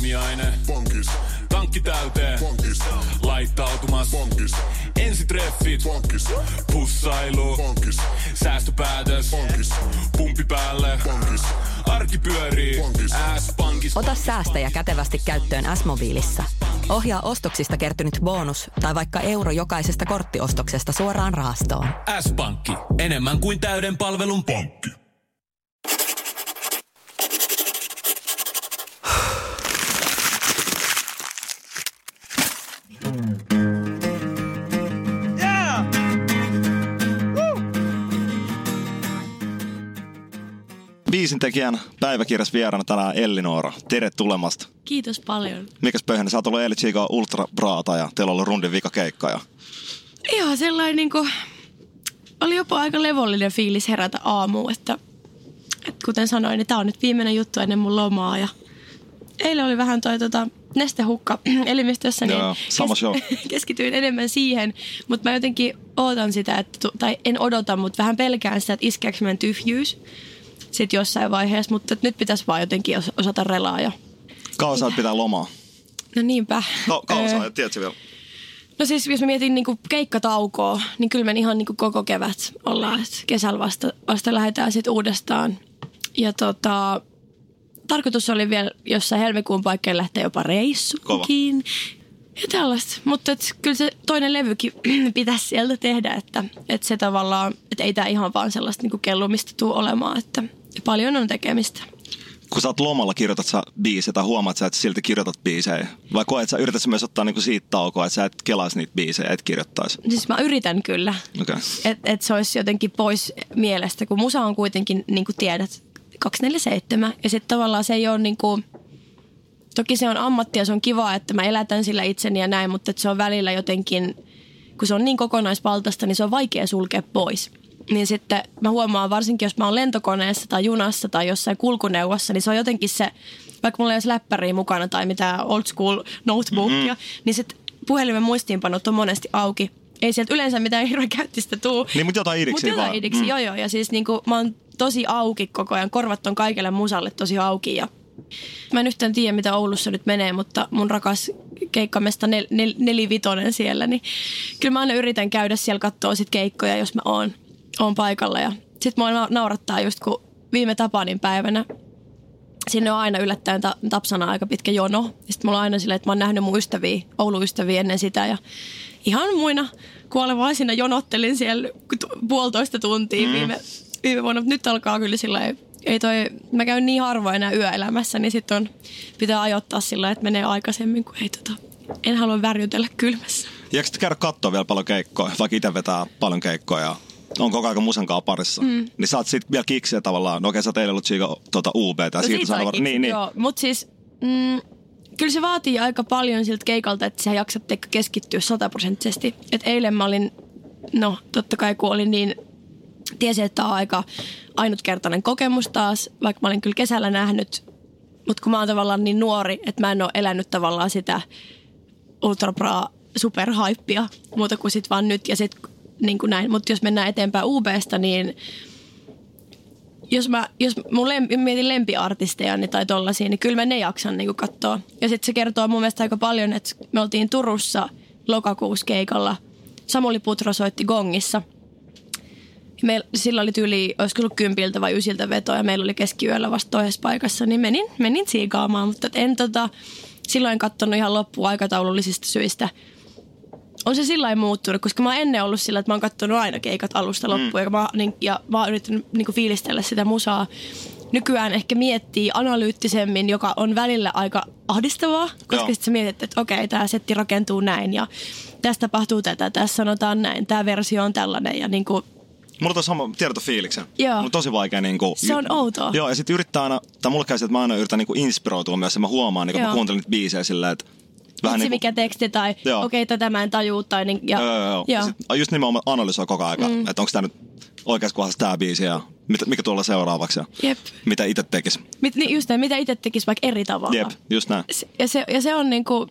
Aamiaine. Pankis. Tankki täyteen. Pankis. Laittautumas. Pankis. Ensitreffit. Pankis. Pussailu. Pankis. Säästöpäätös. Pankis. Pumpi päälle. Pankis. Arki pyörii. Pankis. S-pankis. Ota säästäjä kätevästi käyttöön S-mobiilissa. Ohjaa ostoksista kertynyt bonus tai vaikka euro jokaisesta korttiostoksesta suoraan rahastoon. S-pankki. Enemmän kuin täyden palvelun pankki. Biisin tekijän päiväkirjas vieraana tänään Elli-Noora. Tervetulemasta. Kiitos paljon. Mikäs pöhjänä? Sä oot ollut Elli Chico Ultra Braata ja teillä on ollut rundin vikakeikka. Ja... Ihan sellainen niinku, oli jopa aika levollinen fiilis herätä aamuun, että kuten sanoin, niin tää on nyt viimeinen juttu ennen mun lomaa ja eilen oli vähän toi nestehukka elimistössä, niin sama show. Keskityin enemmän siihen, mutta mä jotenkin ootan sitä, tai en odota, mutta vähän pelkään sitä, että iskeekö meidän tyhjyys sitten jossain vaiheessa, mutta nyt pitäisi vaan jotenkin osata relaa. Ja... Kauan sä pitää lomaa? No niinpä. Kauan sä, tiedätkö vielä? No siis jos mä mietin niinku keikkataukoa, niin kyllä me ihan niinku koko kevät ollaan, että kesällä vasta lähdetään sitten uudestaan. Ja tarkoitus oli vielä jossain helmikuun paikkeilla lähteä jopa reissuunkin. Ja tällaista. Mutta kyllä se toinen levykin pitäisi sieltä tehdä, että se tavallaan, että ei tämä ihan vaan sellaista niinku kellumista tule olemaan, että paljon on tekemistä. Kun sä oot lomalla, kirjoitat sä biisejä tai huomaat sä, että silti kirjoitat biisejä? Vai koet sä, yrität sä myös ottaa niinku siitä taukoa, että sä et kelaisi niitä biisejä, et kirjoittaisi? Siis mä yritän kyllä, okay. Että se olisi jotenkin pois mielestä, kun musa on kuitenkin, niin kuin tiedät, 247. Ja sitten tavallaan se ei ole niinku, toki se on ammatti ja se on kiva, että mä elätän sillä itseni ja näin, mutta se on välillä jotenkin, kun se on niin kokonaisvaltaista, niin se on vaikea sulkea pois. Niin sitten mä huomaan varsinkin, jos mä oon lentokoneessa tai junassa tai jossain kulkuneuvossa, niin se on jotenkin se, vaikka mulla ei olisi läppäriä mukana tai mitään old school notebookia, niin sitten puhelimen muistiinpanot on monesti auki. Ei sieltä yleensä mitään hirveän käyttistä tuu. Niin, mutta jotain idiksi vaan. Jotain idiksi, joo. Ja siis niinku mä oon tosi auki koko ajan. Korvat on kaikelle musalle tosi auki. Ja mä en yhtään tiedä, mitä Oulussa nyt menee, mutta mun rakas keikkamesta nelivitonen siellä, niin kyllä mä aina yritän käydä siellä katsoa sit keikkoja, jos mä oon paikalla. Ja sit mua naurattaa just, kun viime Tapanin päivänä sinne on aina yllättäen Tapsana aika pitkä jono. Ja sit mulla on aina silleen, että mä oon nähnyt mun ystäviä, Oulun-ystäviä ennen sitä ja ihan muina kuolevaisina jonottelin siellä 1,5 tuntia viime vuonna. Nyt alkaa kyllä silleen, mä käyn niin harvoin enää yöelämässä, niin sitten pitää ajoittaa sillä, että menee aikaisemmin, kun en halua värjytellä kylmässä. Jääkö sitten käydä katsoa vielä paljon keikkoja, vaikka itse vetää paljon keikkoja on koko ajan musankaan parissa, niin saat sitten vielä kiksiä tavallaan. No okei, sä teillä ollut Chico UB:tä. No siitä saa niin. Joo, mutta siis kyllä se vaatii aika paljon siltä keikalta, että sä jaksat keskittyä 100%. Että eilen mä olin, no totta kai kun olin niin, tiesin, että tämä on aika ainutkertainen kokemus taas, vaikka mä olin kyllä kesällä nähnyt. Mutta kun mä oon tavallaan niin nuori, että mä en ole elänyt tavallaan sitä Ultra Bra superhaippia muuta kuin sit vaan nyt ja sit niin kuin näin. Mutta jos mennään eteenpäin UB:sta, niin jos mun mietin lempiartisteja tai tollasia, niin kyllä mä ne jaksan niin kuin katsoa. Ja sitten se kertoo mun mielestä aika paljon, että me oltiin Turussa lokakuussa keikalla. Samuli Putro soitti gongissa. Sillä oli tyyli, olisiko ollut 10 vai 9 vetoa ja meillä oli keskiyöllä vasta toisessa paikassa, niin menin siikaamaan. Mutta en silloin katsonut ihan loppuun aikataulullisista syistä. On se sillain muuttunut, koska mä oon ennen ollut sillä, että mä oon katsonut aina keikat alusta loppuun ja mä oon yrittänyt niin kuin fiilistellä sitä musaa. Nykyään ehkä miettii analyyttisemmin, joka on välillä aika ahdistavaa, koska sitten sä mietit, että okei, tää setti rakentuu näin ja tässä tapahtuu tätä, tässä sanotaan näin, tää versio on tällainen ja niin kuin. Mulla on sama tietofiiliksen. Joo. Mulla on tosi vaikea niinku. Se on outoa. Joo, ja sit yrittää aina, tai mulla käy että mä aina yritän niinku inspiroitua myös, ja mä huomaan, niin kun mä kuuntelen niitä biisejä silleen, että vähän niinku mikä teksti tai okei, tätä mä en tajuu tai niin. Joo. Ja sit just nimenomaan analysoi koko ajan, että onko tää nyt oikeassa kohdassa tää biisi ja mikä tuolla seuraavaksi ja mitä itse tekis. Just näin, mitä itse tekis vaikka eri tavalla. Jep, just näin. Ja se on niinku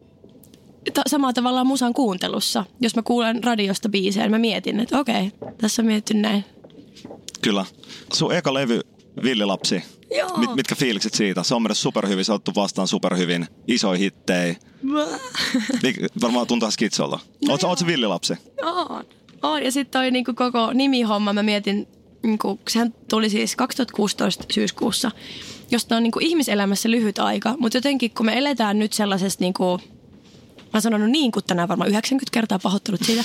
samaa tavallaan musan kuuntelussa. Jos mä kuulen radiosta biisejä, niin mä mietin, että okei, tässä on mietitty näin. Kyllä. Sun eka levy Villilapsi. Joo. Mitkä fiilikset siitä? Se on mennyt superhyvin, se on otettu vastaan superhyvin. Isoja hittejä. Varmaan tuntuu skitsolta. Ootko se Villilapsi? On. Ja sitten toi niinku koko nimihomma, mä mietin, niinku, sehän tuli siis 2016 syyskuussa, josta on niinku ihmiselämässä lyhyt aika. Mutta jotenkin kun me eletään nyt sellaisesta, niinku, mä oon sanonut niin kuin tänään varmaan 90 kertaa pahoittelut siitä,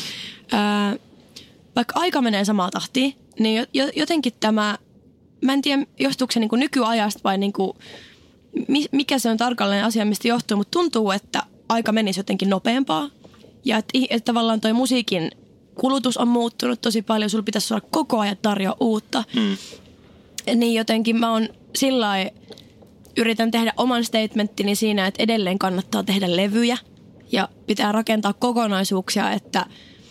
vaikka aika menee samaa tahtiin, niin jotenkin tämä, mä en tiedä johtuuko se niinku nykyajasta vai niinku, mikä se on tarkalleen asia, mistä johtuu, mutta tuntuu, että aika menisi jotenkin nopeampaa. Ja että tavallaan toi musiikin kulutus on muuttunut tosi paljon, sulla pitäisi olla koko ajan tarjoa uutta. Niin jotenkin mä oon sillai, yritän tehdä oman statementtini siinä, että edelleen kannattaa tehdä levyjä ja pitää rakentaa kokonaisuuksia, että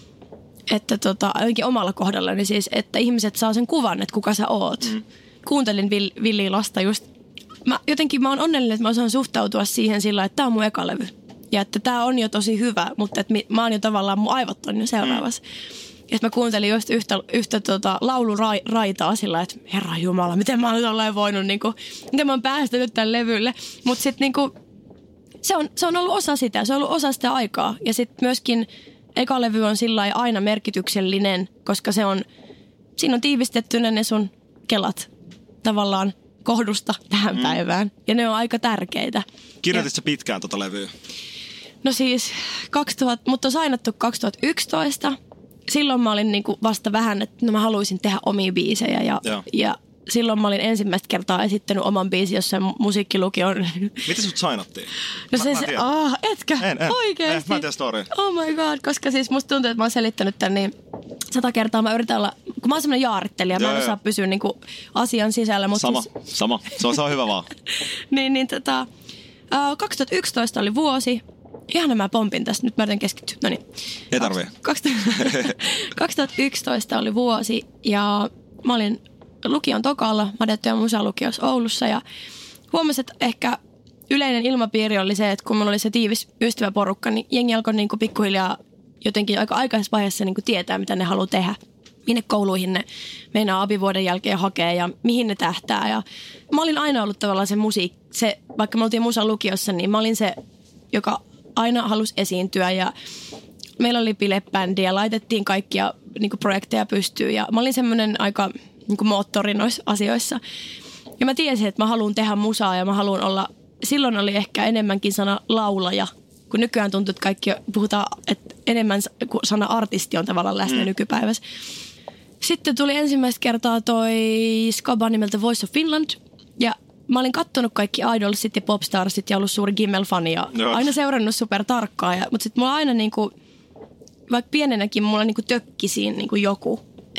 ainakin omalla kohdallani siis, että ihmiset saa sen kuvan, että kuka sä oot. Kuuntelin Villiä Lasta just. Mä oon onnellinen, että mä osaan suhtautua siihen sillä, että tää on mun eka levy. Ja että tää on jo tosi hyvä, mutta että mä oon jo tavallaan, mun aivot on jo seuraavassa. Ja mä kuuntelin just yhtä lauluraitaa sillä, että Herra Jumala, miten mä oon nyt ollaan voinut, niinku, miten mä oon päästänyt tämän levylle. Mutta sitten niinku, se on ollut osa sitä, se on ollut osa sitä aikaa. Ja sitten myöskin eka levy on sillä lailla aina merkityksellinen, koska siinä on tiivistettynä ne sun kelat tavallaan kohdusta tähän päivään. Ja ne on aika tärkeitä. Kirjoititko sä pitkään tota levyä? No siis, mutta on sainattu 2011. Silloin mä olin niinku vasta vähän, että mä haluaisin tehdä omia biisejä. Ja silloin mä olin ensimmäistä kertaa esittänyt oman biisin jossain musiikkilukion. Miten sut sainattiin? No etkä? En. Oikeesti? Mä en tiedä story. Oh my god, koska siis musta tuntuu, että mä oon selittänyt tän niin 100 kertaa. Mä yritän olla, kun mä oon semmonen jaarittelija, mä en osaa pysyä niinku asian sisällä. Mutta Sama. Se on hyvä vaan. 2011 oli vuosi. Ihana mä pompin tästä, nyt mä yritän keskittyä. No niin. Ei tarvii. 2011 oli vuosi ja mä olin lukion tokalla, Madettu ja musalukiossa Oulussa ja huomasin, että ehkä yleinen ilmapiiri oli se, että kun mulla oli se tiivis ystäväporukka, niin jengi alkoi niinku pikkuhiljaa jotenkin aika aikaisessa vaiheessa niinku tietää, mitä ne haluaa tehdä. Minne kouluihin ne meinaa abivuoden jälkeen hakea ja mihin ne tähtää. Ja mä olin aina ollut tavallaan vaikka me oltiin musalukiossa, niin mä olin se, joka aina halusi esiintyä ja meillä oli bilebändi ja laitettiin kaikkia niinku projekteja pystyyn ja mä olin semmoinen aika niinku moottori noissa asioissa. Ja mä tiesin, että mä haluan tehdä musaa ja mä haluan olla, silloin oli ehkä enemmänkin sana laulaja, kun nykyään tuntuu, että kaikki puhutaan, että enemmän kuin sana artisti on tavallaan läsnä nykypäivässä. Sitten tuli ensimmäistä kertaa toi skaba nimeltä Voice of Finland ja mä olin kattonut kaikki Idolsit ja Popstarsit ja ollut suuri Gimmel-fani ja aina seurannut super tarkkaan. Mutta sitten mulla aina niinku, vaikka pienenäkin mulla niinku tökki siinä niinku joku.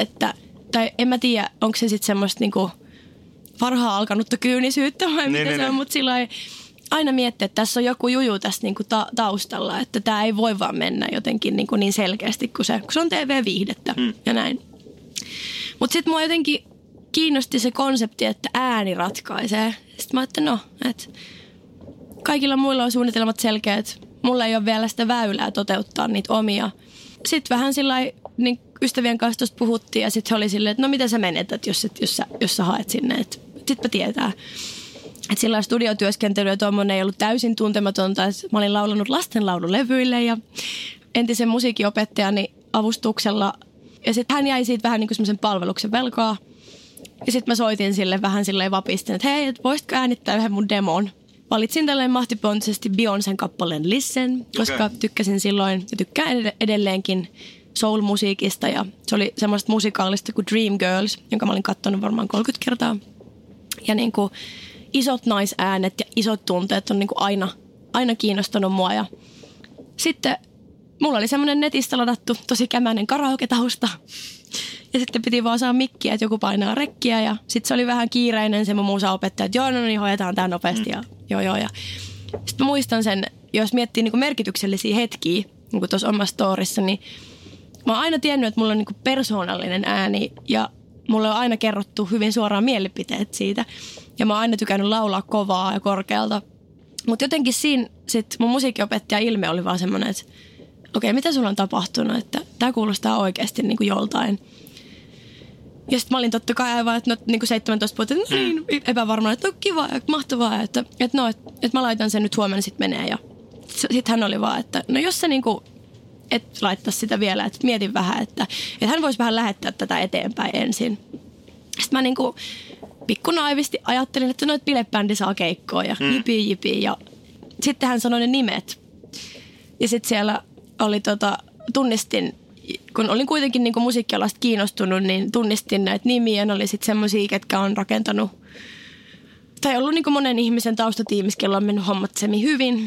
Tai en mä tiedä, onko se sitten semmoista niinku varhaan alkanutta kyynisyyttä vai mitä se on. Mutta silloin aina miettii, että tässä on joku juju tässä niinku taustalla. Että tää ei voi vaan mennä jotenkin niinku niin selkeästi kun se on TV-viihdettä ja näin. Mutta sitten mua jotenkin kiinnosti se konsepti, että ääni ratkaisee. Sitten mä ajattelin, että kaikilla muilla on suunnitelmat selkeät. Mulla ei ole vielä sitä väylää toteuttaa niitä omia. Sitten vähän sillai, niin ystävien kanssa tuosta puhuttiin ja sitten he oli silleen, että no mitä sä menetät, jos sä haet sinne. Sitten tietää. Että sillä studiotyöskentely ja tuommoinen ei ollut täysin tuntematonta. Mä olin laulanut lastenlaululevyille ja entisen musiikinopettajani avustuksella. Ja sitten hän jäi siitä vähän niin kuin semmoisen palveluksen velkaa. Ja sitten mä soitin sille vähän silleen vapistin, että hei, et voisitko äänittää yhden mun demon. Valitsin tälleen mahtipontisesti Beyoncén kappaleen Listen, koska tykkäsin silloin ja tykkään edelleenkin soul-musiikista. Ja se oli semmoista musikaalista kuin Dreamgirls, jonka mä olin katsonut varmaan 30 kertaa. Ja niin kuin isot naisäänet ja isot tunteet on niin kuin aina kiinnostanut mua. Ja sitten mulla oli semmoinen netistä ladattu tosi kämäinen karaoke-tausta. Ja sitten piti vaan saada mikkiä, että joku painaa rekkiä ja sitten se oli vähän kiireinen se mun musaopettaja, että joo, no niin, hoidetaan tää nopeasti ja joo. Ja sitten mä muistan sen, jos miettii niinku merkityksellisiä hetkiä niinku tuossa omassa storissa, niin mä oon aina tiennyt, että mulla on niinku persoonallinen ääni ja mulle on aina kerrottu hyvin suoraan mielipiteet siitä. Ja mä oon aina tykännyt laulaa kovaa ja korkealta. Mutta jotenkin siinä sit mun musiikkiopettaja ilme oli vaan semmoinen, että okei, mitä sulla on tapahtunut, että tää kuulostaa oikeasti niinku joltain. Ja sitten mä olin totta kai aivan, että niin 17-vuotiaana, niin epävarmana, että no kiva ja mahtavaa, että mä laitan sen nyt huomenna, sitten menee. Ja sitten hän oli vaan, että no jos sä niinku, et laittaisi sitä vielä, että mietin vähän, että hän voisi vähän lähettää tätä eteenpäin ensin. Sitten mä niinku pikkunaivisti ajattelin, että no, bilebändi saa keikkoa ja jipi. Ja sitten hän sanoi ne nimet. Ja sitten siellä oli tunnistin, kun olin kuitenkin niinku musiikkialasta kiinnostunut, niin tunnistin näitä nimiä. Ne oli sitten semmoisia, ketkä on rakentanut, tai ollut niinku monen ihmisen taustatiimissä, kello on mennyt hommat semi-hyvin.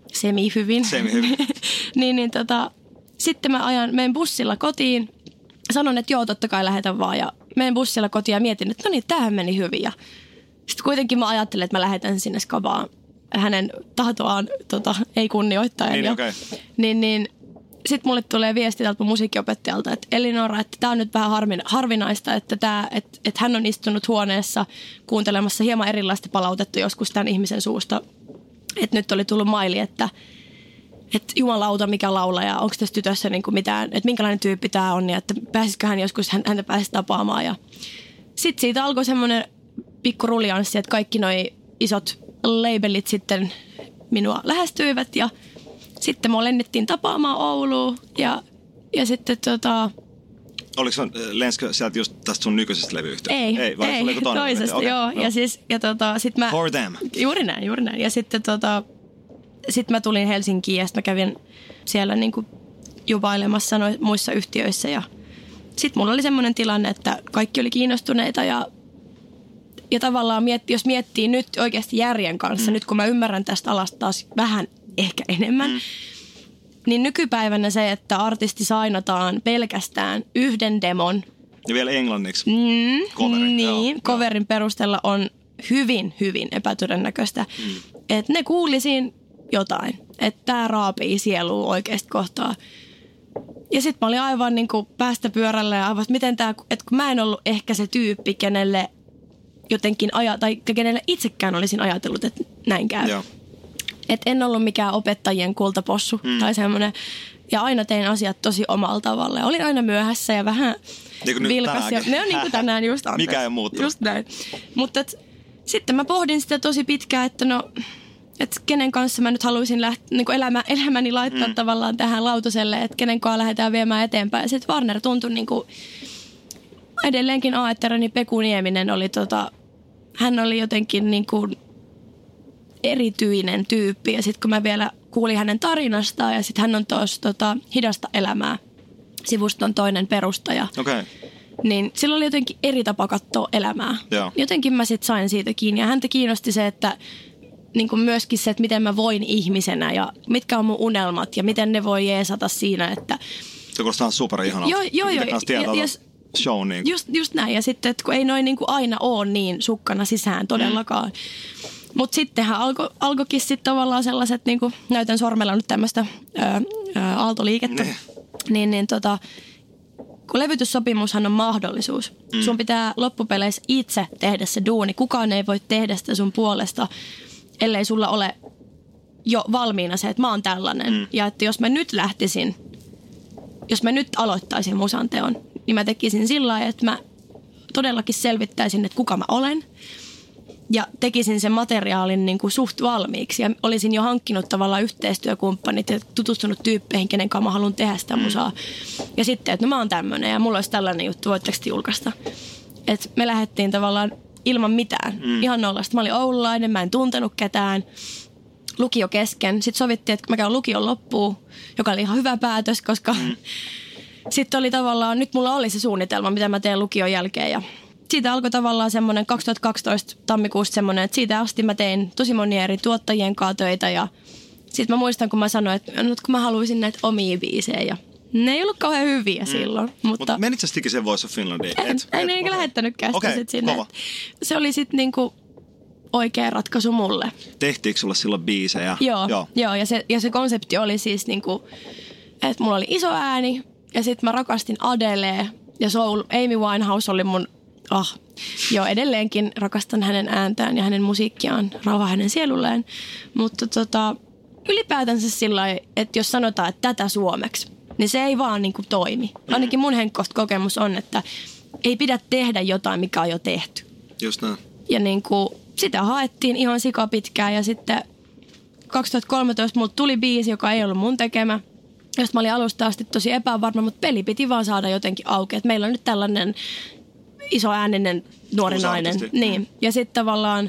Sitten mä menen bussilla kotiin. Sanon, että joo, totta kai lähetän vaan. Ja menen bussilla kotiin ja mietin, että no niin, tämähän meni hyvin. Ja sitten kuitenkin mä ajattelin, että mä lähetän sinne skabaan hänen tahtoaan ei kunnioittaen. Niin, sitten mulle tulee viesti tältä musiikkiopettajalta, että Elinora, että tämä on nyt vähän harvinaista, että hän on istunut huoneessa kuuntelemassa hieman erilaista palautetta joskus tämän ihmisen suusta. Että nyt oli tullut maili, että jumalauta mikä laulaja, onko tässä tytössä niinku mitään, että minkälainen tyyppi tämä on ja että pääsisikö hän joskus häntä pääsisi tapaamaan. Ja sitten siitä alkoi semmoinen pikku ruljanssi, että kaikki noi isot labelit sitten minua lähestyivät ja sitten mua lennettiin tapaamaan Ouluun ja sitten Oliko lenskö sieltä just tästä sun nykyisestä levyyhtiöstä? Ei, toisesta, okay, joo. Ja siis, sit mä... For them. Juuri näin. Ja sitten sit mä tulin Helsinkiin ja sitten mä kävin siellä niinku juvailemassa muissa yhtiöissä. Ja sitten mulla oli semmoinen tilanne, että kaikki oli kiinnostuneita ja tavallaan jos miettii nyt oikeasti järjen kanssa, nyt kun mä ymmärrän tästä alasta taas vähän ehkä enemmän, niin nykypäivänä se, että artisti sainataan pelkästään yhden demon. Ja vielä englanniksi. Coverin perusteella on hyvin, hyvin epätodennäköistä. Että ne kuulisiin jotain. Että tää raapii sielua oikeasti kohtaa. Ja sit mä olin aivan niin kuin päästä pyörällä ja aivan, miten tää, että kun mä en ollut ehkä se tyyppi, kenelle jotenkin tai kenelle itsekään olisin ajatellut, että näin käy. Joo. Että en ollut mikään opettajien kultapossu tai semmoinen. Ja aina tein asiat tosi omalla tavalla. Ja olin aina myöhässä ja vähän vilkas. Ne on niin kuin tänään just anteeksi. Mikä ei muuttunut. Just näin. Mutta sitten mä pohdin sitä tosi pitkään, että että kenen kanssa mä nyt haluaisin niin kuin elämäni laittaa tavallaan tähän lautaselle, että kenen kanssa lähdetään viemään eteenpäin. Ja sitten Warner tuntui niin kuin edelleenkin A-etterani Peku Nieminen oli hän oli jotenkin niin kuin erityinen tyyppi. Ja sitten kun mä vielä kuulin hänen tarinastaan ja sitten hän on tuossa Hidasta elämää -sivuston toinen perustaja. Okay. Niin sillä oli jotenkin eri tapa katsoa elämää. Joo. Jotenkin mä sitten sain siitä kiinni. Ja häntä kiinnosti se, että niin kuin myöskin se, että miten mä voin ihmisenä ja mitkä on mun unelmat ja miten ne voi jeesata siinä, että... Se kuulostaa superihanalta. Joo. Show niin. Just näin. Ja sitten, että kun ei noin niin kuin aina ole niin sukkana sisään todellakaan. Mutta sittenhän alkoikin sitten tavallaan sellaiset, niin kuin näytän sormella nyt tämmöistä aaltoliikettä. Niin kun levytyssopimushan on mahdollisuus. Sun pitää loppupeleissä itse tehdä se duuni. Kukaan ei voi tehdä sitä sun puolesta, ellei sulla ole jo valmiina se, että mä oon tällainen. Ja että jos mä nyt aloittaisin musanteon, niin mä tekisin sillä lailla, että mä todellakin selvittäisin, että kuka mä olen. Ja tekisin sen materiaalin niin kuin suht valmiiksi. Ja olisin jo hankkinut tavallaan yhteistyökumppanit ja tutustunut tyyppeihin, kenen kanssa mä haluan tehdä sitä musaa. Ja sitten, että no mä oon tämmönen ja mulla olisi tällainen juttu, voitteko julkaista? Että me lähdettiin tavallaan ilman mitään. Ihan nollasta. Mä olin oululainen, mä en tuntenut ketään. Lukio kesken. Sitten sovittiin, että mä käyn lukion loppuun, joka oli ihan hyvä päätös, koska sitten oli tavallaan, nyt mulla oli se suunnitelma, mitä mä teen lukion jälkeen ja siitä alkoi tavallaan semmoinen 2012 tammikuusta semmoinen, että siitä asti mä tein tosi monia eri tuottajien kanssa töitä ja sitten mä muistan, kun mä sanoin, että nyt kun mä haluaisin näitä omia biisejä ja ne ei ollut kauhean hyviä silloin. Mutta menitkö sä se Voice of Finlandiin? Enkä lähettänytkään sitä sit sinne. Se oli sitten niinku oikea ratkaisu mulle. Tehtiinkö sulla silloin biisejä? Joo. Ja se konsepti oli siis niinku, että mulla oli iso ääni ja sitten mä rakastin Adelea ja Amy Winehouse oli mun edelleenkin rakastan hänen ääntään ja hänen musiikkiaan, rauha hänen sielulleen. Mutta ylipäätänsä sillä lailla, että jos sanotaan, että tätä suomeksi, niin se ei vaan niin kuin toimi. Ainakin mun henkkoista kokemus on, että ei pidä tehdä jotain, mikä on jo tehty. Just näin. Ja niin kuin, sitä haettiin ihan sikapitkään ja sitten 2013 mulle tuli biisi, joka ei ollut mun tekemä, josta mä olin alusta asti tosi epävarma, mutta peli piti vaan saada jotenkin auki. Et meillä on nyt tällainen isoääninen nuori nainen. Niin. Ja sitten tavallaan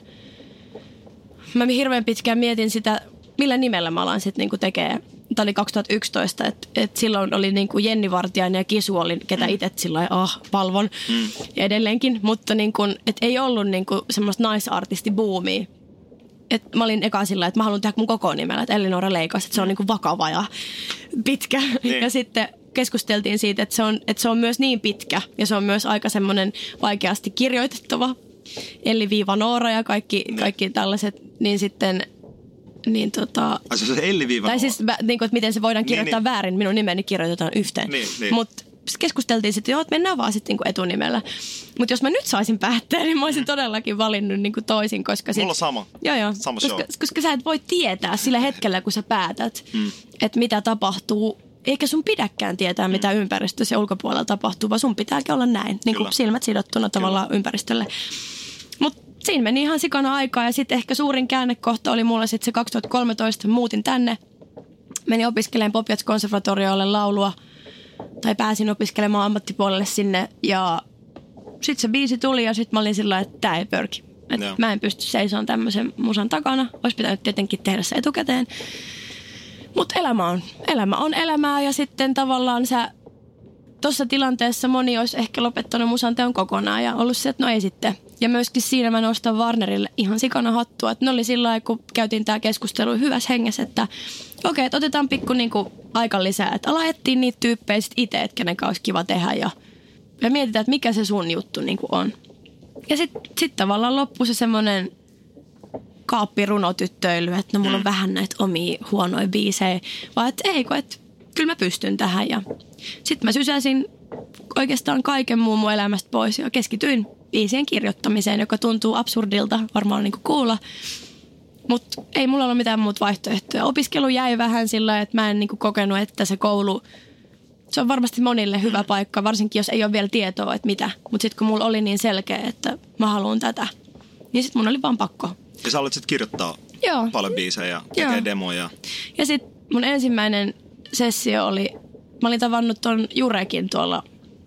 mä hirveän pitkään mietin sitä, millä nimellä mä alan sitten niinku tekee. Tämä oli 2011, että silloin oli niinku Jenni Vartiainen ja Kisu oli, ketä itse silloin valvon ja edelleenkin. Mutta niinku, et ei ollut niinku semmoista naisartistibuumia. Et mä olin eka sillä, että mä haluan tehdä mun koko nimellä, että Elinora Leikas, että se on niinku vakava ja pitkä. Niin. Ja sitten keskusteltiin siitä, että se on myös niin pitkä ja se on myös aika semmoinen vaikeasti kirjoitettava. Elli-Noora ja kaikki tällaiset, niin sitten niin se on Elli-Noora? Tai siis niin kuin, että miten se voidaan kirjoittaa väärin, minun nimeni kirjoitetaan yhteen. Niin. Mutta keskusteltiin sitten, että mennään vaan sitten niin etunimellä. Mutta jos mä nyt saisin päättää, niin mä olisin todellakin valinnut niin kuin toisin, koska mulla on sama. Joo. Sama koska sä et voi tietää sillä hetkellä, kun sä päätät, että mitä tapahtuu. Eikä sun pidäkään tietää, mitä ympäristössä ja ulkopuolella tapahtuu, vaan sun pitääkin olla näin. Niin kuin silmät sidottuna tavallaan ympäristölle. Mutta siinä meni ihan sikana aikaa ja sitten ehkä suurin käännekohta oli mulla sitten se 2013. Muutin tänne. Menin opiskelemaan Pop-Jazz-konservatoriolle laulua. Tai pääsin opiskelemaan ammattipuolelle sinne ja sitten se biisi tuli ja sitten mä olin sillä että tää ei pörki. Mä en pysty seisomaan tämmöisen musan takana. Olisi pitänyt tietenkin tehdä se etukäteen. Mutta elämä on elämää ja sitten tavallaan tuossa tilanteessa moni olisi ehkä lopettanut musan teon kokonaan ja ollut se, että no ei sitten. Ja myöskin siinä mä nostan Warnerille ihan sikana hattua. Että ne oli sillä lailla, kun käytiin tää keskustelu hyvässä hengessä, että okei, että otetaan pikku niinku aika lisää. Että ala etsiä niitä tyyppejä sit itse, että kenen olisi kiva tehdä ja mietitään, että mikä se sun juttu niinku on. Ja sitten tavallaan loppui se semmoinen kaappirunotyttöily, että no mulla on vähän näitä omia huonoja biisejä. Vaan että että kyllä mä pystyn tähän. Ja sitten mä sysäsin oikeastaan kaiken muun mun elämästä pois ja keskityin biisien kirjoittamiseen, joka tuntuu absurdilta varmaan niin kuin kuulla. Mutta ei mulla ole mitään muuta vaihtoehtoja. Opiskelu jäi vähän sillä, että mä en niin kuin kokenut, että se koulu, se on varmasti monille hyvä paikka, varsinkin jos ei ole vielä tietoa, että mitä. Mutta sitten kun mulla oli niin selkeä, että mä haluan tätä, niin sitten mun oli vaan pakko. Ja sä aloit sitten kirjoittaa paljon biisejä ja tekee demoja. Ja sitten mun ensimmäinen sessio oli, mä olin tavannut ton Jurekin tuolla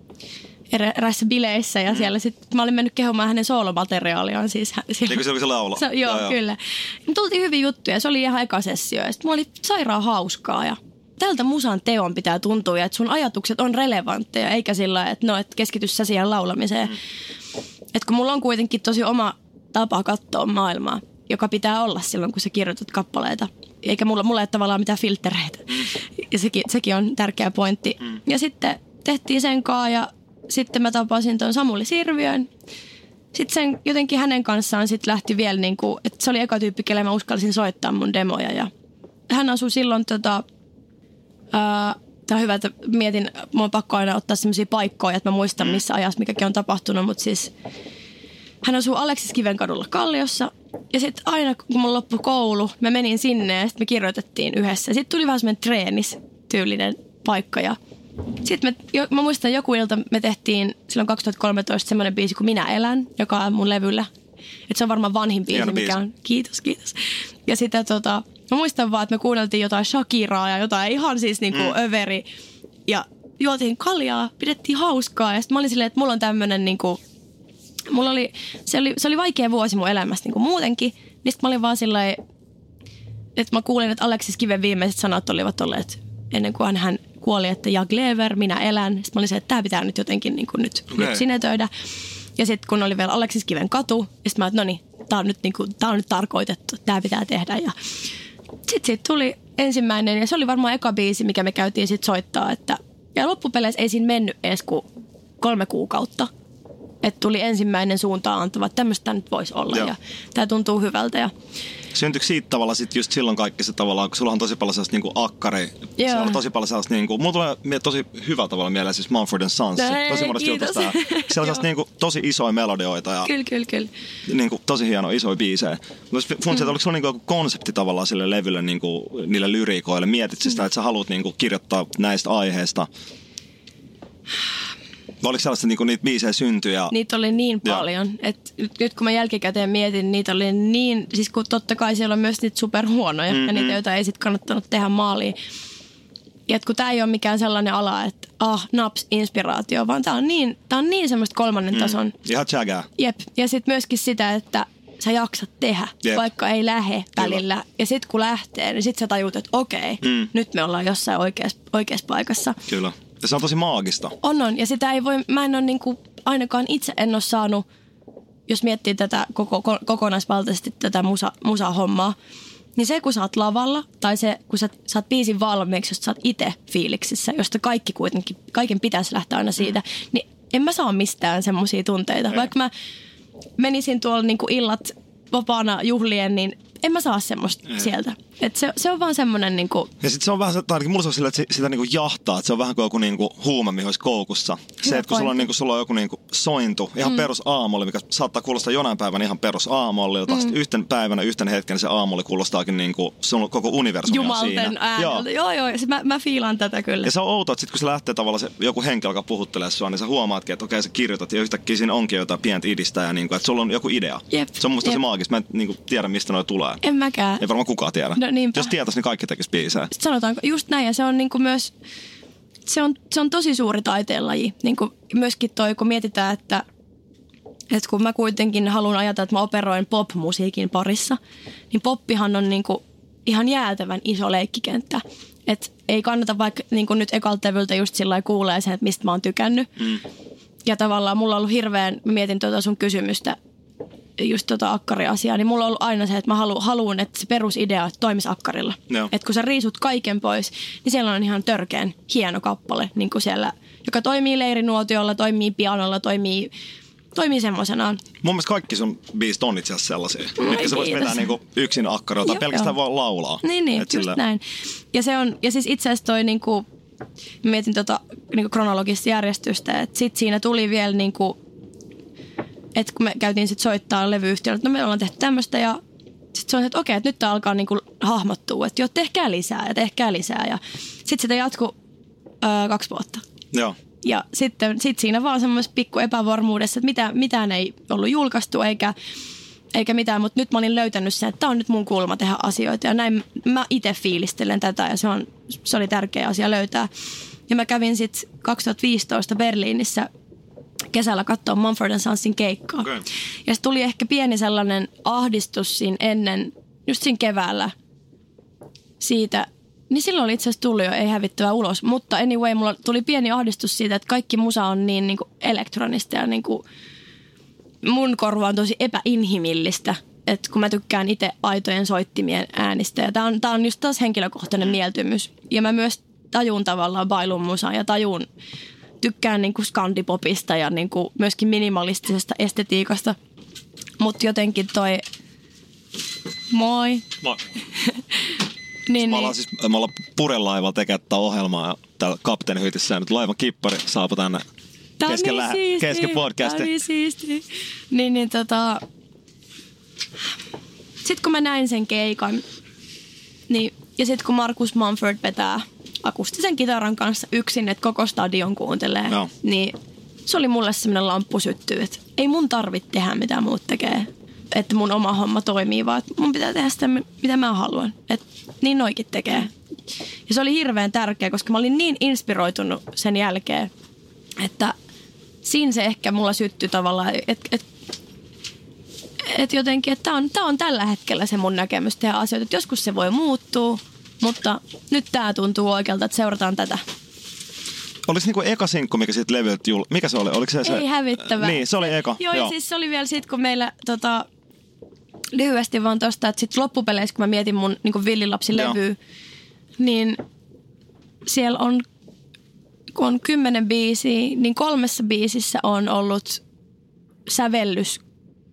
eräissä bileissä ja siellä sitten mä olin mennyt kehumaan hänen soolomateriaaliaan. Siis eikö se oli se laula? Joo, kyllä. Me tultiin hyviä juttuja, se oli ihan eka sessio ja sitten mulla oli sairaan hauskaa ja tältä musan teon pitää tuntua ja että sun ajatukset on relevantteja eikä sillä, että no, et keskity sä siihen laulamiseen. Että kun mulla on kuitenkin tosi oma tapa katsoa maailmaa, joka pitää olla silloin, kun sä kirjoitat kappaleita. Eikä mulla ei ole tavallaan mitään filtreitä. Ja sekin on tärkeä pointti. Ja sitten tehtiin sen kaa ja sitten mä tapasin ton Samuli Sirviön. Sitten sen jotenkin hänen kanssaan sitten lähti vielä niin kuin, että se oli eka tyyppi, kelle mä uskalsin soittaa mun demoja. Ja hän asui silloin tää on hyvä, että mietin, mun on pakko aina ottaa semmoisia paikkoja, että mä muistan missä ajassa mikäkin on tapahtunut, mutta siis hän asuu Aleksis Kivenkadulla Kalliossa. Ja sitten aina, kun mulla loppui koulu, mä menin sinne ja sitten me kirjoitettiin yhdessä. Sitten tuli vähän semmoinen treenis-tyylinen paikka. Ja sitten mä muistan, joku ilta me tehtiin silloin 2013 semmoinen biisi kuin Minä elän, joka on mun levyllä. Että se on varmaan vanhin biisi, mikä on. Kiitos. Ja sitä mä muistan vaan, että me kuunneltiin jotain Shakiraa ja jotain ihan siis niinku överi. Ja juotiin kaljaa, pidettiin hauskaa. Ja sitten mä olin silleen, että mulla on tämmönen niinku... Se oli vaikea vuosi mun elämästä niin kuin muutenkin. Niin sitten mä olin vaan silleen, että mä kuulin, että Aleksis Kiven viimeiset sanat olivat olleet ennen kuin hän kuoli, että Jag lever, minä elän. Sitten mä olin se, että tää pitää nyt jotenkin niin kuin nyt sinetöidä. Ja sitten kun oli vielä Aleksis Kiven katu, ja sitten mä että no niin, tää on nyt tarkoitettu, tää pitää tehdä. Ja sitten siitä tuli ensimmäinen, ja se oli varmaan eka biisi, mikä me käytiin sitten soittaa. Ja loppupeleissä ei siinä mennyt edes kuin 3 kuukautta. Että tuli ensimmäinen suuntaan antava, että tämmöistä nyt voisi olla. Joo. Ja tämä tuntuu hyvältä. Syntyykö siitä tavalla sitten just silloin kaikki se tavallaan, kun sulla on tosi paljon sellaista niinku akkari, se on tosi paljon sellaista niinku, mulla tulee tosi hyvä tavalla mieleen siis Mumford & Sons, tosi monesta jutusta. Siellä on sellaista niinku tosi isoja melodioita ja kyllä. Niinku, tosi hienoja isoja biisejä. Mutta oliko sulla niinku konsepti tavallaan sille levylle niinku, niille lyriikoille? Mietit sitä, että sä haluat niinku kirjoittaa näistä aiheista? Oliko sellaista niinku niitä biisejä syntyjä? Niitä oli niin paljon, että nyt kun mä jälkikäteen mietin, niitä oli niin, siis kun totta kai siellä on myös niitä superhuonoja ja niitä, joita ei sit kannattanut tehdä maaliin. Ja kun tää ei ole mikään sellainen ala, että naps, inspiraatio, vaan tää on niin semmoista kolmannen tason. Ihan tsägää. Jep, ja sit myöskin sitä, että sä jaksat tehdä, vaikka ei lähe välillä. Kyllä. Ja sit kun lähtee, niin sit sä tajut, että okei, nyt me ollaan jossain oikeassa paikassa. Kyllä. Ja se on tosi maagista. On. Ja sitä ei voi, mä en ole niinku, ainakaan itse en ole saanut, jos miettii tätä kokonaisvaltaisesti tätä musa-hommaa, niin se kun sä oot lavalla, tai se kun sä saat biisin valmiiksi, josta sä oot itse fiiliksissä, josta kaiken pitäisi lähteä aina siitä, niin en mä saa mistään semmosia tunteita. Vaikka mä menisin tuolla niinku illat vapaana juhlien, niin en mä saa semmoista sieltä. Että se on vaan semmoinen niinku... Ja sit se on vähän, ainakin mulla se on sillä, että sitä niinku jahtaa, että se on vähän kuin joku niinku huume, mihin olisi koukussa. Se, että kun sulla on joku niinku sointu, ihan perus aamolli, mikä saattaa kuulostaa jonain päivänä ihan perus aamollilta. Yhten päivänä, yhten hetken se aamolli kuulostaakin niinku, se on koko universumi on siinä. Jumalten ääneltä. Joo. Mä fiilaan tätä kyllä. Ja se on outoa, että sit kun se lähtee tavallaan se joku henkilö, joka puhuttelee sua, niin sä huomaatkin, että okei, sä kirjoitat ja yhtäkkiä siinä onkin jotain pientä idistä ja niinku, että sulla on joku idea. Jep. Se on musta tosi maagista. Mä en niinku tiedä, mistä noi tulee. En mäkään. Ei varmaan kukaan tiedä. No niinpä. Jos tietäisi, niin kaikki tekisi biisejä. Sanotaanko just näin, ja se on niinku myös, se on tosi suuri taiteenlaji. Niinku myöskin toi, kun mietitään, että kun mä kuitenkin haluan ajatella, että mä operoin pop-musiikin parissa, niin poppihan on niinku ihan jäätävän iso leikkikenttä. Että ei kannata vaikka niinku nyt ekalta levyltä just sillä lailla kuulee sen, että mistä mä oon tykännyt. Ja tavallaan mulla on ollut hirveän, mä mietin sun kysymystä, just akkariasiaa, niin mulla on ollut aina se, että mä haluan, että se perusidea toimisi akkarilla. Että kun sä riisut kaiken pois, niin siellä on ihan törkeän hieno kappale, niin kuin siellä, joka toimii leirinuotiolla, toimii pianolla, toimii semmoisenaan. Mun mielestä kaikki sun biisit on itse asiassa sellaisia. Mitkä sä vois vetää niinku yksin akkarilla tai pelkästään vaan laulaa. Niin, just sillä... näin. Ja siis itse asiassa toi niinku, mietin niinku kronologista järjestystä, että sit siinä tuli vielä niinku, että kun me käytiin sitten soittaa levyyhtiölle, että no me ollaan tehty tämmöistä ja sitten se on, että okei, että nyt tää alkaa niinku hahmottua, että joo, tehkää lisää. Ja sitten sitä jatkuu 2 vuotta. Joo. Ja sitten siinä vaan semmoisessa pikku epävarmuudessa, että mitään ei ollut julkaistu eikä mitään, mutta nyt mä olin löytänyt sen, että tää on nyt mun kulma tehdä asioita ja näin mä itse fiilistelen tätä ja se oli tärkeä asia löytää. Ja mä kävin sitten 2015 Berliinissä kesällä katsoa Mumford & Sonsin keikkaa. Okay. Ja se tuli ehkä pieni sellainen ahdistus siinä ennen, just siinä keväällä siitä. Niin silloin oli itse asiassa tullut jo ei hävittävää ulos. Mutta anyway, mulla tuli pieni ahdistus siitä, että kaikki musa on niin kuin elektronista ja niin kuin mun korva on tosi epäinhimillistä. Että kun mä tykkään itse aitojen soittimien äänistä. Ja tää on just taas henkilökohtainen mieltymys. Ja mä myös tajun tavallaan bailun musaa ja tykkään niinku skandipopista ja niinku myöskin minimalistisesta estetiikasta. Mutta jotenkin toi... Moi. Moi. niin, me ollaan purelaivalla tekemään tätä ohjelmaa ja täällä kapteeni hytissä nyt laivan kippari saapu tänne kesken podcastin. Tämä on niin siistiä. Sitten kun mä näin sen keikan, niin, ja sitten kun Marcus Mumford vetää akustisen kitaran kanssa yksin, että koko stadion kuuntelee, niin se oli mulle semmoinen lamppu syttyy, että ei mun tarvitse tehdä mitä muut tekee. Että mun oma homma toimii, vaan että mun pitää tehdä sitä, mitä mä haluan. Että niin noikin tekee. Ja se oli hirveän tärkeä, koska mä olin niin inspiroitunut sen jälkeen, että siinä se ehkä mulla syttyi tavallaan, että jotenkin, että tää on tällä hetkellä se mun näkemys tehdä asioita. Että joskus se voi muuttua, mutta nyt tää tuntuu oikealta, että seurataan tätä. Oliko se niinku eka sinkku, mikä siitä levyltä mikä se oli? Oliko se Ei hävittävä. Niin, se oli eka. Joo, ja siis se oli vielä sit, kun meillä lyhyesti vaan tosta, että sit loppupeleissä, kun mä mietin mun niinku villilapsilevyä, niin siellä on, kun on 10 biisiä, niin 3 biisissä on ollut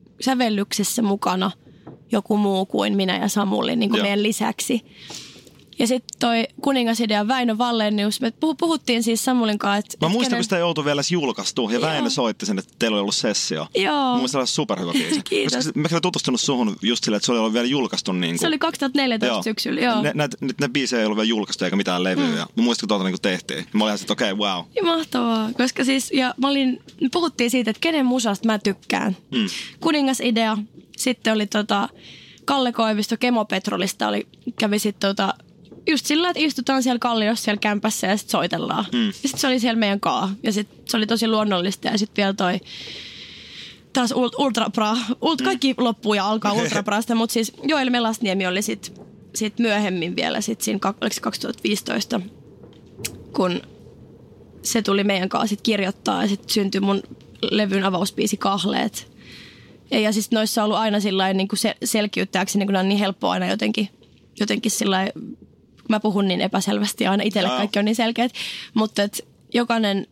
sävellyksessä mukana joku muu kuin minä ja Samuli niin kuin meidän lisäksi. Ja sitten toi Kuningasidea Väinö Wallenius, me puhuttiin siis Samulin kanssa. Mä muistan, kun sitä joutui vielä julkaistu ja Väinö soitti sen, että teillä oli ollut sessio. Joo. Mun mielestä se oli superhyvä biisi. Kiitos. Koska mä olen tutustunut suhun just silleen, että se oli ollut vielä julkaistu. Niin kuin... Se oli 2014 syksyllä, joo. Ne biisejä ei ollut vielä julkaistu eikä mitään levyä. Mä muistan, kun tuota niin tehtiin. Mä olin ihan okei, wow. Ja mahtavaa, koska siis, ja me puhuttiin siitä, että kenen musasta mä tykkään. Kuningasidea, sitten oli Kalle Koivisto Kemopetrolista kävi sitten just sillä, että istutaan siellä kalliossa siellä kämpässä ja sitten soitellaan. Ja sitten se oli siellä meidän kaa. Ja sitten se oli tosi luonnollista. Ja sitten vielä taas Ultrabra. Kaikki loppuu ja alkaa Ultrabrasta. Mutta siis Joel Melasniemi oli sit myöhemmin vielä siinä 2015, kun se tuli meidän kaa sit kirjoittaa. Ja sitten syntyi mun levyn avausbiisi Kahleet. Ja siis noissa on ollut aina sillain niin selkiyttääkseni, kun ne on niin helppoa aina jotenkin sillain, mä puhun niin epäselvästi ja aina itselle kaikki on niin selkeät. Mutta jokainen,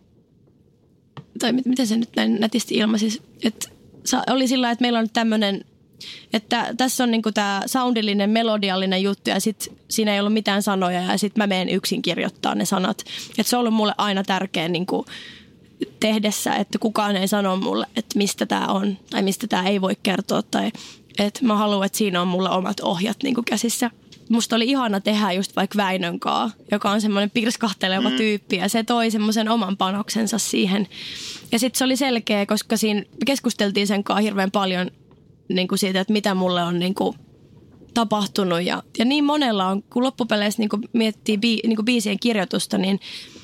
tai miten se nyt näin nätisti ilmaisi, että oli sillä, että meillä on nyt tämmöinen, että tässä on niinku tämä soundillinen, melodiallinen juttu ja sitten siinä ei ollut mitään sanoja ja sitten mä menen yksin kirjoittaa ne sanat. Että se on ollut mulle aina tärkeä niinku tehdessä, että kukaan ei sano mulle, että mistä tämä on tai mistä tämä ei voi kertoa tai että mä haluan, että siinä on mulle omat ohjat niinku käsissä. Musta oli ihana tehdä just vaikka Väinön kaa, joka on semmoinen pirskahteleva tyyppi ja se toi semmoisen oman panoksensa siihen. Ja sitten se oli selkeä, koska siinä keskusteltiin sen kaa hirveän paljon niinku siitä, että mitä mulle on niinku tapahtunut ja niin monella on, kun loppupeleissä niinku miettii niinku biisien kirjoitusta, niin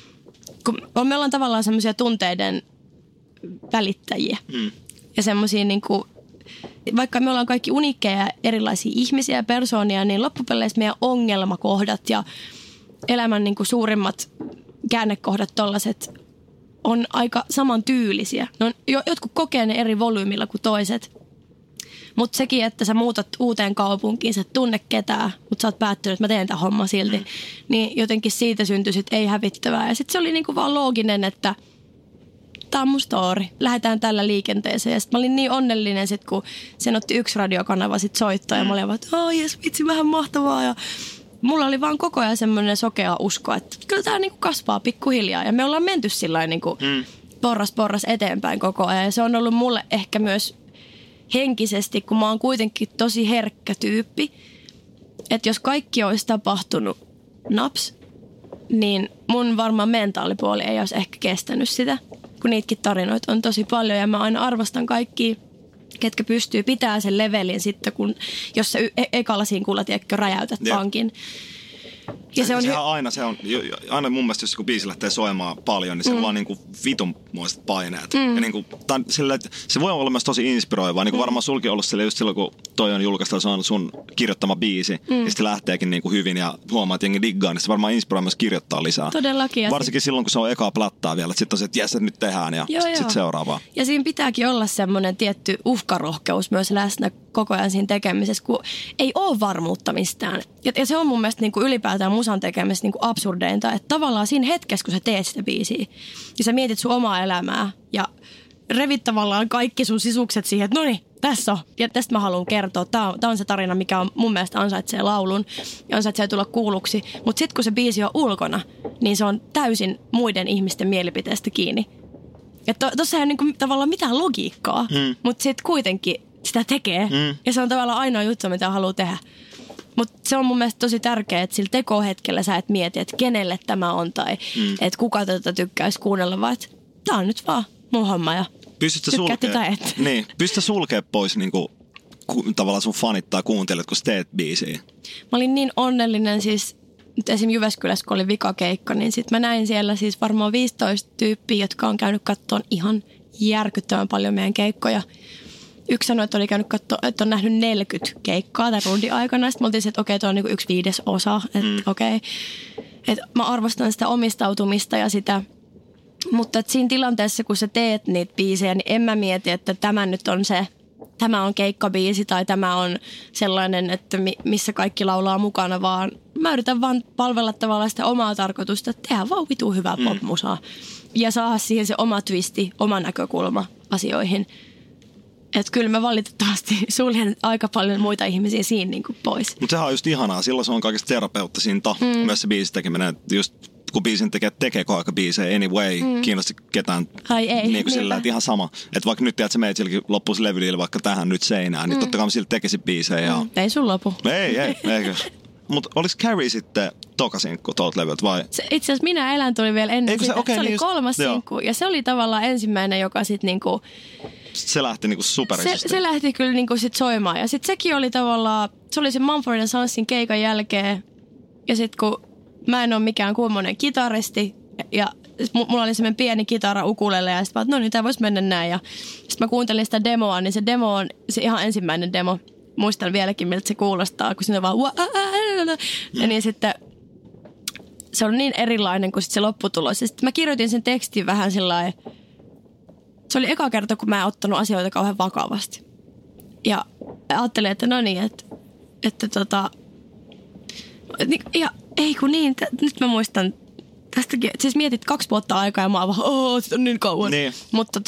kun me ollaan tavallaan semmoisia tunteiden välittäjiä ja semmoisia niinku, vaikka me ollaan kaikki uniikkeja erilaisia ihmisiä ja persoonia, niin loppupeleissä meidän ongelmakohdat ja elämän niinku suurimmat käännekohdat tollaset on aika samantyylisiä. Jotkut kokee ne eri volyymilla kuin toiset. Mutta sekin, että sä muutat uuteen kaupunkiin, sä et tunne ketään, mutta sä oot päättänyt, että mä teen tämän homman silti. Niin jotenkin siitä syntyi sit ei hävittävää. Ja sitten se oli niinku vaan looginen, että tää on mun story. Lähdetään tällä liikenteeseen. Ja sit mä olin niin onnellinen sit, kun sen otti yksi radiokanava sit soittaa. Ja mä olin vaan, että jes, vitsi, vähän mahtavaa. Ja mulla oli vaan koko ajan semmoinen sokea usko, että kyllä tää niinku kasvaa pikkuhiljaa. Ja me ollaan menty sillain niinku porras eteenpäin koko ajan. Ja se on ollut mulle ehkä myös henkisesti, kun mä oon kuitenkin tosi herkkä tyyppi, että jos kaikki olisi tapahtunut naps, niin mun varmaan mentaalipuoli ei olisi ehkä kestänyt sitä, kun niitäkin tarinoita on tosi paljon ja mä aina arvostan kaikkia, ketkä pystyy pitämään sen levelin sitten, kun jos sä ekalla sinkulla tiedätkö räjäytät pankin. Ja se on aina mun mielestä, jos kun biisi lähtee soimaan paljon, niin se on vaan niinku vitunmoiset paineet. Ja niinku, se voi olla myös tosi inspiroivaa. Niinku varmaan sulki ollut sille just silloin, kun toi on julkaista, se on sun kirjoittama biisi. Ja sitten lähteekin niinku hyvin ja huomaa, että jengi diggaa, niin se varmaan inspiroi myös kirjoittaa lisää. Todellakin. Varsinkin silloin, kun se on ekaa plattaa vielä. Sitten on se, että jes, nyt tehdään ja sitten seuraavaa. Ja siinä pitääkin olla semmoinen tietty uhkarohkeus myös läsnä koko ajan siinä tekemisessä, kun ei ole varmuutta mistään. Ja se on mun mielestä niinku ylipäätään musan tekemisessä niinku absurdeinta, että tavallaan siinä hetkessä, kun sä teet sitä biisiä, niin sä mietit sun omaa elämää ja revit tavallaan kaikki sun sisukset siihen, että noniin, tässä on. Ja tästä mä haluan kertoa. Tää on se tarina, mikä on mun mielestä ansaitsee laulun ja ansaitsee tulla kuulluksi. Mutta sitten kun se biisi on ulkona, niin se on täysin muiden ihmisten mielipiteestä kiinni. Että tossa ei ole niinku tavallaan mitään logiikkaa, mutta sitten kuitenkin sitä tekee. Ja se on tavallaan ainoa juttu, mitä haluaa tehdä. Mutta se on mun mielestä tosi tärkeää, että sillä tekohetkellä sä et mieti, että kenelle tämä on tai että kuka tätä tykkäisi kuunnella, vaan että tää on nyt vaan mun homma ja tykkäät tätä et. Niin, pystytkö sulkea pois niinku, tavallaan sun fanit tai kuuntelijat, kun sä teet biisiä? Mä olin niin onnellinen siis, nyt esimerkiksi Jyväskylässä, kun oli vikakeikka, niin sit mä näin siellä siis varmaan 15 tyyppiä, jotka on käynyt kattoon ihan järkyttävän paljon meidän keikkoja. Yksi sanoi, että oli käynyt katsoa, että on nähnyt 40 keikkaa tämän rundin aikana. Sitten me oltiin, että okei, tuo on niin 1/5. Että okei. Että mä arvostan sitä omistautumista ja sitä. Mutta että siinä tilanteessa, kun sä teet niitä biisejä, niin en mä mieti, että tämä nyt on se, tämä on keikkabiisi tai tämä on sellainen, että missä kaikki laulaa mukana, vaan mä yritän vaan palvella tavallaan sitä omaa tarkoitusta, että tehdään vaan vitu hyvää popmusaa. Ja saada siihen se oma twisti, oma näkökulma asioihin. Että kyllä mä valitettavasti suljen aika paljon muita ihmisiä siinä niin kuin pois. Mutta sehän on just ihanaa. Silloin se on kaikista terapeuttisinta. Myös se biisin tekeminen. Just kun biisin tekee koko aika biisejä anyway, kiinnosti ketään. Ai ei. Niin kuin sillä, että ihan sama. Että vaikka nyt tiedät, sä meet silläkin loppuisi levyliillä vaikka tähän nyt seinään, niin totta kai mä silti tekisin biisejä. Ja... Ei sun lopu. Ei. Mutta olis Carrie sitten toka sinkku tuolta levyltä vai? Itse asiassa Minä elän tuli vielä ennen sitä. Se oli 3. sinkku ja se oli tavallaan ensimmäinen, joka sitten niinku... Se lähti niinku superisti. Se lähti kyllä niinku sit soimaan ja sitten sekin oli tavallaan, se oli se Mumford & Sonsin keikan jälkeen ja sitten kun mä en ole mikään kummonen kitaristi ja mulla oli semmoinen pieni kitara ukulele ja sitten mä no niin tää vois mennä näin ja sitten mä kuuntelin sitä demoa, niin se demo on se ihan ensimmäinen demo. Muistan vieläkin, miltä se kuulostaa, kun siinä vaan ja niin sitten se on niin erilainen kuin sit se lopputulos. Ja sitten mä kirjoitin sen tekstin vähän sillain, se oli eka kerta, kun mä en ottanut asioita kauhean vakavasti. Ja ajattelin, että no niin, ja ei kun niin, nyt mä muistan tästäkin, siis mietit 2 vuotta aikaa ja mä oon vaan, sit on niin kauan. Niin. Mutta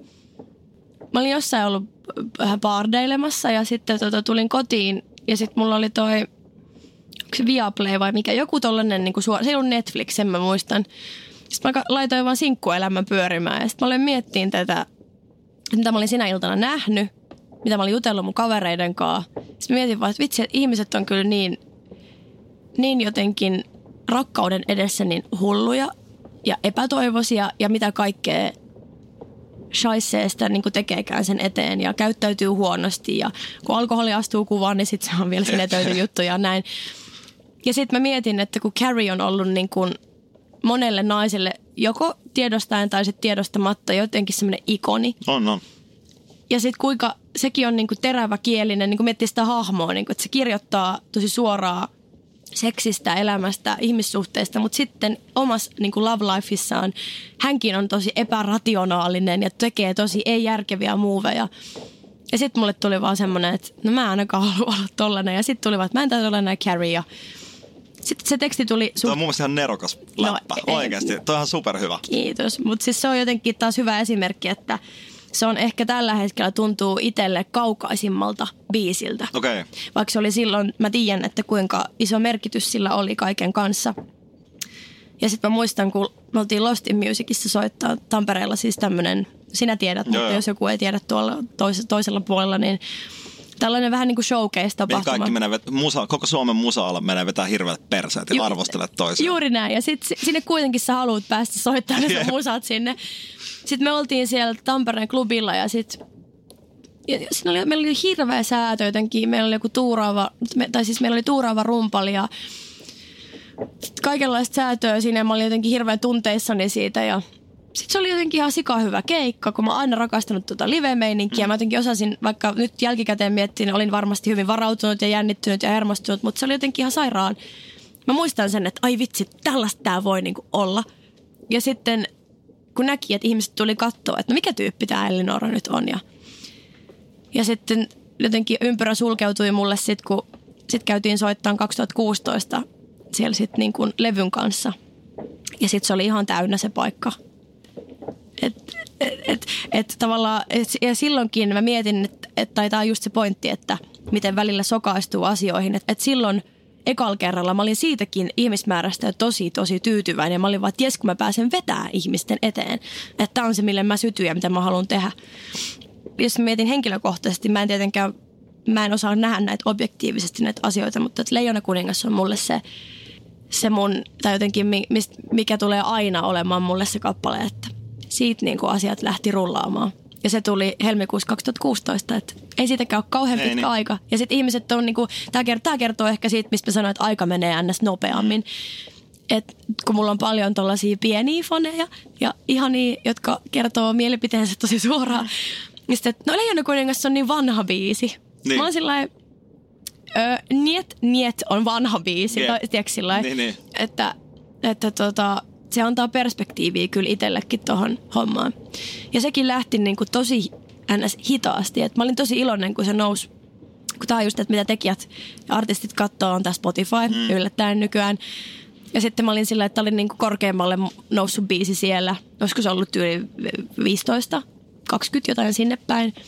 mä olin jossain ollut vähän bardeilemassa ja sitten tulin kotiin ja sitten mulla oli toi, onko se Viaplay vai mikä, joku tollanen niinku se ei ollut Netflix, sen mä muistan. Sitten mä laitoin vaan sinkkuelämän pyörimään ja sitten mä olin miettiin tätä, mitä mä olin sinä iltana nähnyt, mitä mä olin jutellut mun kavereiden kanssa. Sitten mä mietin vaan, että vitsi, että ihmiset on kyllä niin jotenkin rakkauden edessä niin hulluja ja epätoivoisia ja mitä kaikkea shaisseesta niin kuin tekeekään sen eteen ja käyttäytyy huonosti ja kun alkoholi astuu kuvaan, niin sitten se on vielä sinetöity juttu ja näin. Ja sitten mä mietin, että kun Carrie on ollut niin kuin monelle naiselle joko tiedostaen tai sitten tiedostamatta jotenkin semmoinen ikoni. On. Ja sitten kuinka sekin on niin kuin teräväkielinen, niin kuin miettii sitä hahmoa, niin kuin, että se kirjoittaa tosi suoraan seksistä, elämästä, ihmissuhteista, mutta sitten omassa niin kuin love lifeissaan hänkin on tosi epärationaalinen ja tekee tosi ei-järkeviä moveja. Ja sitten mulle tuli vaan semmoinen, että no mä ainakaan halua olla tollainen. Ja sitten tuli vaan, että mä en täytyy olla näin Carrie. Ja sitten se teksti tuli... Tuo on mun mielestä ihan nerokas läppä. No, oikeasti. Toi on ihan superhyvä. Kiitos. Mutta siis se on jotenkin taas hyvä esimerkki, että se on ehkä tällä hetkellä tuntuu itselle kaukaisimmalta biisiltä. Okay. Vaikka se oli silloin, mä tiedän, että kuinka iso merkitys sillä oli kaiken kanssa. Ja sitten mä muistan, kun me oltiin Lost in Musicissa soittaa Tampereella siis tämmöinen, sinä tiedät, mutta jos joku ei tiedä tuolla toisella puolella, niin tällainen vähän niin kuin showcase-tapahtuma. Kaikki menee, koko Suomen musa-ala menee vetää hirveät perseet ja arvostelet toisiaan. Juuri näin. Ja sitten sinne kuitenkin sä haluat päästä soittamaan ne musat sinne. Sitten me oltiin siellä Tampereen klubilla ja sitten meillä oli hirveä säätö jotenkin. Meillä oli joku meillä oli tuuraava rumpali ja kaikenlaista säätöä siinä. Mä olin jotenkin hirveän tunteissani siitä ja sitten se oli jotenkin ihan sikahyvä keikka, kun mä oon aina rakastanut live-meininkiä. Mä jotenkin osasin, vaikka nyt jälkikäteen miettiin, olin varmasti hyvin varautunut ja jännittynyt ja hermostunut, mutta se oli jotenkin ihan sairaan. Mä muistan sen, että ai vitsi, tällaista tää voi niinku olla. Ja sitten kun näki, että ihmiset tuli katsoa, että no mikä tyyppi tää Elinora nyt on. Ja sitten jotenkin ympyrä sulkeutui mulle sitten, kun sit käytiin soittamaan 2016 siellä sitten niin kuin levyn kanssa. Ja sitten se oli ihan täynnä se paikka. Tavallaan, ja silloinkin mä mietin, että tämä on just se pointti, että miten välillä sokaistuu asioihin. Että silloin ekalla kerralla mä olin siitäkin ihmismäärästä tosi tyytyväinen. Ja mä olin vaan, että jes, kun mä pääsen vetämään ihmisten eteen. Että tämä on se, mille mä sytyn ja mitä mä haluan tehdä. Jos mä mietin henkilökohtaisesti, mä en osaa nähdä näitä objektiivisesti näitä asioita, mutta että Leijona kuningas on mulle se mun, tai jotenkin mikä tulee aina olemaan mulle se kappale, että siitä niin kuin asiat lähti rullaamaan. Ja se tuli helmikuussa 2016, että ei siitäkään ole kauhean pitkä aika. Ja sitten ihmiset on, niin kuin, tämä kertoo ehkä siitä, mistä mä sanoin, että aika menee ns. Nopeammin. Et kun mulla on paljon tollaisia pieniä faneja ja ihania, jotka kertoo mielipiteensä tosi suoraan. Niin sitten, että no Leijona kuningas on niin vanha biisi. Niin. Mä oon sillain, Niet on vanha biisi. Yeah. Tiedätkö sillain, niin. Että se antaa perspektiiviä kyllä itsellekin tohon hommaan. Ja sekin lähti niin kuin tosi hitaasti. Et mä olin tosi iloinen, kun se nousi. Kun tää on just, että mitä tekijät ja artistit katsoo, on tää Spotify yllättäen nykyään. Ja sitten mä olin sillä, että oli niin kuin korkeammalle noussut biisi siellä. Olisiko se ollut yli 15, 20 jotain sinne päin.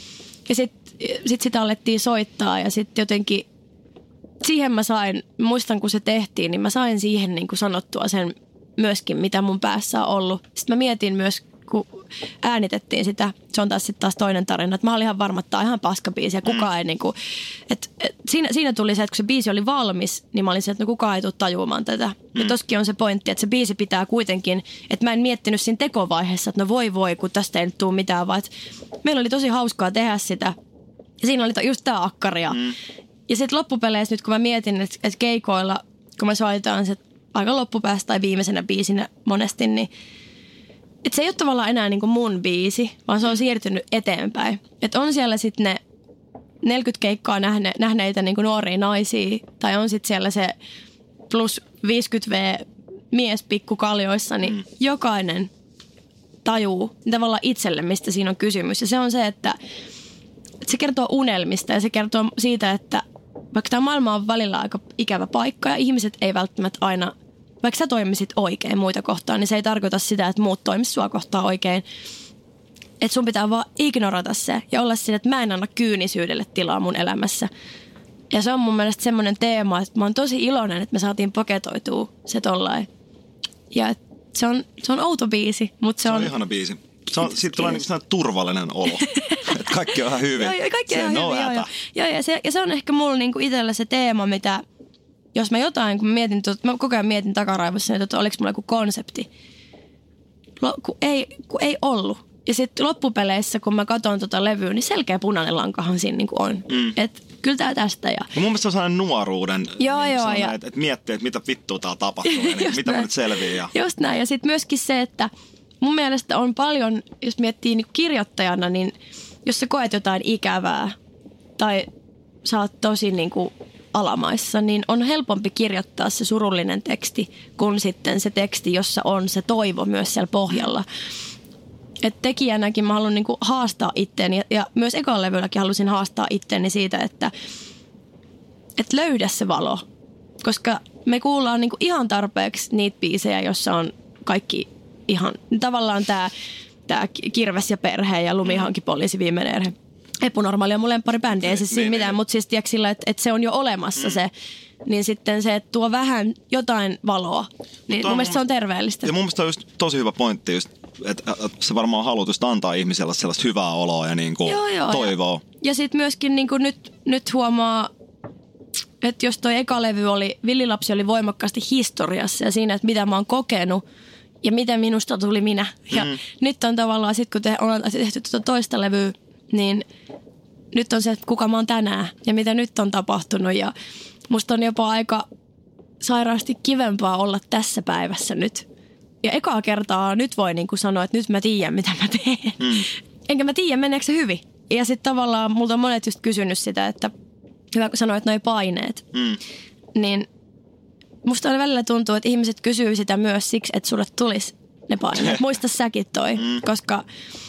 Ja sit sitä alettiin soittaa ja sitten jotenkin siihen mä sain, muistan kun se tehtiin, niin mä sain siihen niin kuin sanottua sen myöskin, mitä mun päässä on ollut. Sitten mä mietin myös, kun äänitettiin sitä, se on taas toinen tarina, että mä olin ihan varma, että tämä on ihan paskabiisi ja kukaan ei niinku, siinä tuli se, että kun se biisi oli valmis, niin mä olin se, että no kukaan ei tule tajuamaan tätä. Ja toskin on se pointti, että se biisi pitää kuitenkin, että mä en miettinyt siinä tekovaiheessa, että no voi, kun tästä ei nyt tule mitään, vaan että meillä oli tosi hauskaa tehdä sitä. Ja siinä oli just tää akkaria. Ja sitten loppupeleissä nyt kun mä mietin, että keikoilla, kun mä soitaan se aika loppupäästä tai viimeisenä biisinä monesti, niin että se ei ole tavallaan enää niin kuin mun biisi, vaan se on siirtynyt eteenpäin. Että on siellä sitten ne 40 keikkaa nähneitä niin kuin nuoria naisia, tai on sitten siellä se plus 50V mies pikkukaljoissa, niin jokainen tajuu tavallaan itselle, mistä siinä on kysymys. Ja se on se, että se kertoo unelmista ja se kertoo siitä, että vaikka tämä maailma on välillä aika ikävä paikka ja ihmiset ei välttämättä aina, vaikka sä toimisit oikein muita kohtaan, niin se ei tarkoita sitä, että muut toimisivat sua kohtaan oikein. Että sun pitää vaan ignorata se ja olla siinä, että mä en anna kyynisyydelle tilaa mun elämässä. Ja se on mun mielestä semmoinen teema, että mä oon tosi iloinen, että me saatiin paketoitua se tollain. Ja se on outo biisi, mutta se on ihana biisi. Siitä tulee niin turvallinen olo, että kaikki on ihan hyvin. Joo, kaikki on ihan hyvin. Joo, ja se on ehkä mulla niinku itsellä se teema, mitä, jos mä jotain, kun mä koko ajan mietin takaraivossa, että oliko mulla joku konsepti. Kun ei ollut. Ja sitten loppupeleissä, kun mä katson tota levyä, niin selkeä punainen lankahan siinä niinku on. Että kyllä tää tästä. Ja mun mielestä se on sellainen nuoruuden, että miettii, että mitä vittua täällä tapahtuu ja niin, mitä mä nyt selviin. Just näin. Ja sitten myöskin se, että mun mielestä on paljon, jos miettii niin kirjoittajana, niin jos sä koet jotain ikävää tai sä oot tosi niin kuin alamaissa, niin on helpompi kirjoittaa se surullinen teksti kuin sitten se teksti, jossa on se toivo myös siellä pohjalla. Et tekijänäkin mä haluan niin kuin haastaa itteeni ja myös ekan levylläkin halusin haastaa itteeni siitä, että löydä se valo. Koska me kuullaan niin kuin ihan tarpeeksi niitä biisejä, jossa on kaikki ihan tavallaan tää Kirves ja perhe ja Lumihankipoliisi viimeinen erhe. Epunormaali on mun lemparibändi, ei se siinä mitään, mutta siis tiedätkö sillä, että se on jo olemassa se, niin sitten se, että tuo vähän jotain valoa, niin mun mielestä se on terveellistä. Ja mun mielestä on just tosi hyvä pointti just, että se varmaan haluat just antaa ihmiselle sellaista hyvää oloa ja niin kuin toivoa. Ja sitten myöskin niin kuin nyt huomaa, että jos toi eka levy oli, Villilapsi oli voimakkaasti historiassa ja siinä, että mitä mä oon kokenut, ja miten minusta tuli minä. Ja nyt on tavallaan, sit kun ollaan tehty tuota toista levyä, niin nyt on se, että kuka mä oon tänään ja mitä nyt on tapahtunut. Ja musta on jopa aika sairaasti kivempaa olla tässä päivässä nyt. Ja ekaa kertaa nyt voi niin kuin sanoa, että nyt mä tiedän, mitä mä teen. Enkä mä tiedä, meneekö se hyvin. Ja sitten tavallaan multa on monet just kysynyt sitä, että hyvä kun sanoit noi paineet, niin musta on välillä tuntuu, että ihmiset kysyy sitä myös siksi, että sulle tulisi ne paineet. Muista säkin toi, koska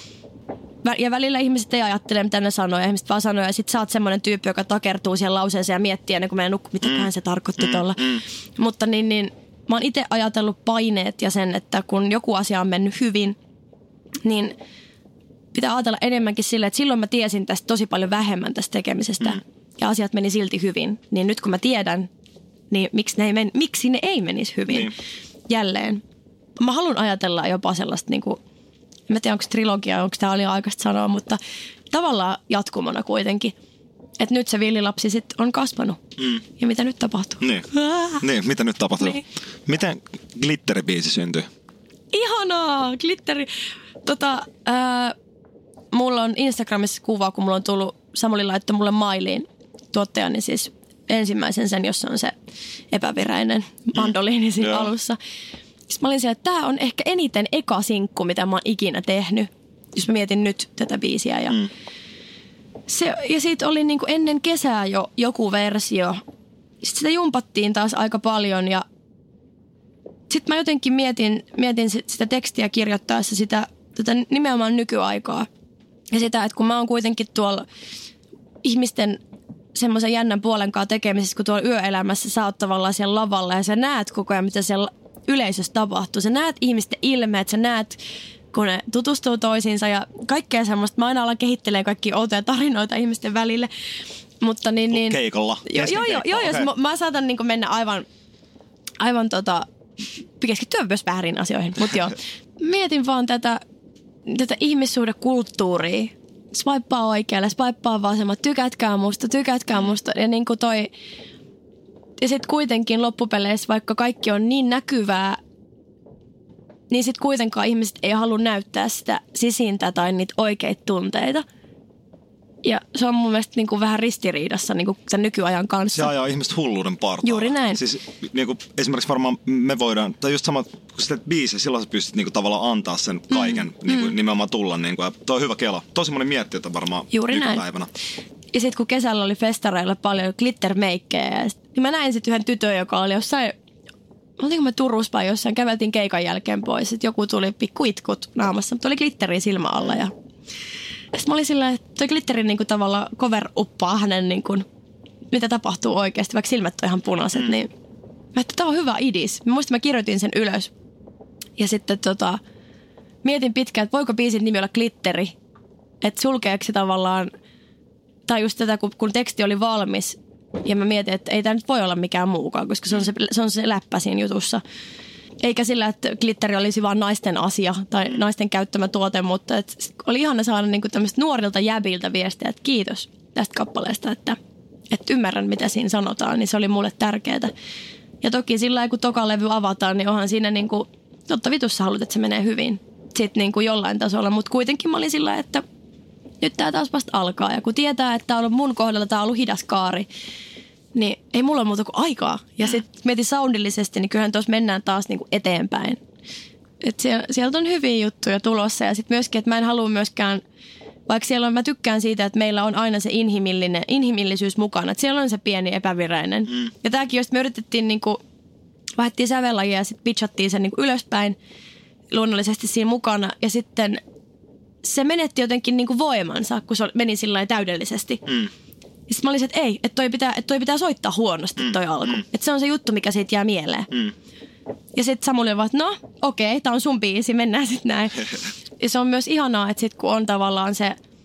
ja välillä ihmiset ei ajattele, mitä ne sanoo, ja ihmiset vaan sanoo, ja sit sä oot semmoinen tyyppi, joka takertuu siihen lauseeseen ja miettii ennen kuin meidän mitäköhän se tarkoitti tuolla. Mutta niin mä oon itse ajatellut paineet ja sen, että kun joku asia on mennyt hyvin, niin pitää ajatella enemmänkin silleen, että silloin mä tiesin tästä tosi paljon vähemmän tästä tekemisestä, ja asiat meni silti hyvin. Niin nyt kun mä tiedän, niin miksi ne ei menisi hyvin jälleen. Mä haluan ajatella jopa sellaista, niin kuin, en tiedä onko trilogia, onko tämä liian aikaista sanoa, mutta tavallaan jatkumona kuitenkin. Että nyt se Villilapsi sitten on kasvanut. Ja mitä nyt tapahtuu? Niin, mitä nyt tapahtuu? Niin. Miten Glitteri-biisi syntyi? Ihanaa! Glitteri. Mulla on Instagramissa kuva, kun mulla on tullut, Samuli laittoi mulle mailiin tuottajani siis ensimmäisen sen, jossa on se epäviräinen mandoliini siinä alussa. Sitten mä olin siellä, että tää on ehkä eniten eka sinkku, mitä mä oon ikinä tehnyt, jos mä mietin nyt tätä biisiä. Ja siitä oli niinku ennen kesää jo joku versio. Sitten sitä jumpattiin taas aika paljon ja sitten mä jotenkin mietin sitä tekstiä kirjoittaessa tätä nimenomaan nykyaikaa. Ja sitä, että kun mä oon kuitenkin tuolla ihmisten semmoisen jännän puolenkaan tekemisessä, kun tuolla yöelämässä sä oot tavallaan siellä lavalla ja sä näet koko ajan, mitä siellä yleisössä tapahtuu. Sä näet ihmisten ilmeet, sä näet kun ne tutustuu toisiinsa ja kaikkea semmoista. Mä aina alan kehittelee kaikkia outoja tarinoita ihmisten välille. Mutta niin keikolla. Joo, okay. Mä saatan niin kuin mennä aivan keskittyä myös väärin asioihin. Mutta joo, mietin vaan tätä ihmissuhdekulttuuria. Swipea oikealle, swipea vasemmalle, tykätkää musta. Ja niin kuin toi. Ja sitten kuitenkin loppupeleissä, vaikka kaikki on niin näkyvää, niin sitten kuitenkaan ihmiset ei halua näyttää sitä sisintä tai niitä oikeita tunteita. Ja se on mun mielestä niin kuin vähän ristiriidassa niin kuin sen nykyajan kanssa. Se ajaa ihmiset hulluuden partaan. Juuri näin. Siis niin kuin, esimerkiksi varmaan me voidaan, tai just sama, kun sä teet biisiä, silloin sä pystyt niin kuin, tavallaan antaa sen kaiken, niin kuin, nimenomaan tulla. Niin kuin, ja toi on hyvä kela. Tosi moni miettii, että varmaan juuri nykypäivänä. Ja sitten kun kesällä oli festareilla paljon glittermeikkejä, niin mä näin sitten yhden tytön, joka oli jossain, oltiinko me Turussa vai jossain, käveltiin keikan jälkeen pois. Sitten joku tuli pikku itkut naamassa, mutta oli glitteriä silmä alla ja sitten mä olin sillä, että toi glitteri niinku tavallaan cover-uppaa hänen, niinku, mitä tapahtuu oikeasti, vaikka silmät on ihan punaiset. Niin mä että tää on hyvä idis. Mä muistin, mä kirjoitin sen ylös. Ja sitten mietin pitkään, että voiko biisin nimi olla glitteri. Että sulkeeksi tavallaan, tai just tätä, kun teksti oli valmis. Ja mä mietin, että ei tää nyt voi olla mikään muukaan, koska se on se läppä siinä jutussa. Eikä sillä, että glitteri olisi vaan naisten asia tai naisten käyttämä tuote, mutta oli ihana saada niinku tämmöistä nuorilta jäbiltä viestiä, että kiitos tästä kappaleesta, että ymmärrän mitä siinä sanotaan, niin se oli mulle tärkeää. Ja toki sillä kun toka levy avataan, niin onhan siinä niinku, totta vitussa haluat, että se menee hyvin. Sitten niinku jollain tasolla, mutta kuitenkin mä olin sillä, että nyt tää taas vasta alkaa. Ja kun tietää, että tää on ollut mun kohdalla, tää on ollut hidas kaari, niin ei mulla ole muuta kuin aikaa. Ja sitten mietin soundillisesti, niin kyllähän tuossa mennään taas niinku eteenpäin. Että sieltä on hyviä juttuja tulossa. Ja sitten myöskin, että mä en halua myöskään, vaikka siellä on, mä tykkään siitä, että meillä on aina se inhimillisyys mukana. Että siellä on se pieni epävireinen. Ja tämäkin, jos me yritettiin niinku, vaihdettiin sävellajia ja sitten pitchattiin sen niinku ylöspäin luonnollisesti siinä mukana. Ja sitten se menetti jotenkin niinku voimansa, kun se meni sillä lailla täydellisesti. Ja sitten mä olisin, että ei, että toi pitää soittaa huonosti toi alku. Että se on se juttu, mikä siitä jää mieleen. Ja sitten Samuli on vaan, että no okei, tää on sun biisi, mennään sitten näin. Ja se on myös ihanaa, että sit kun on tavallaan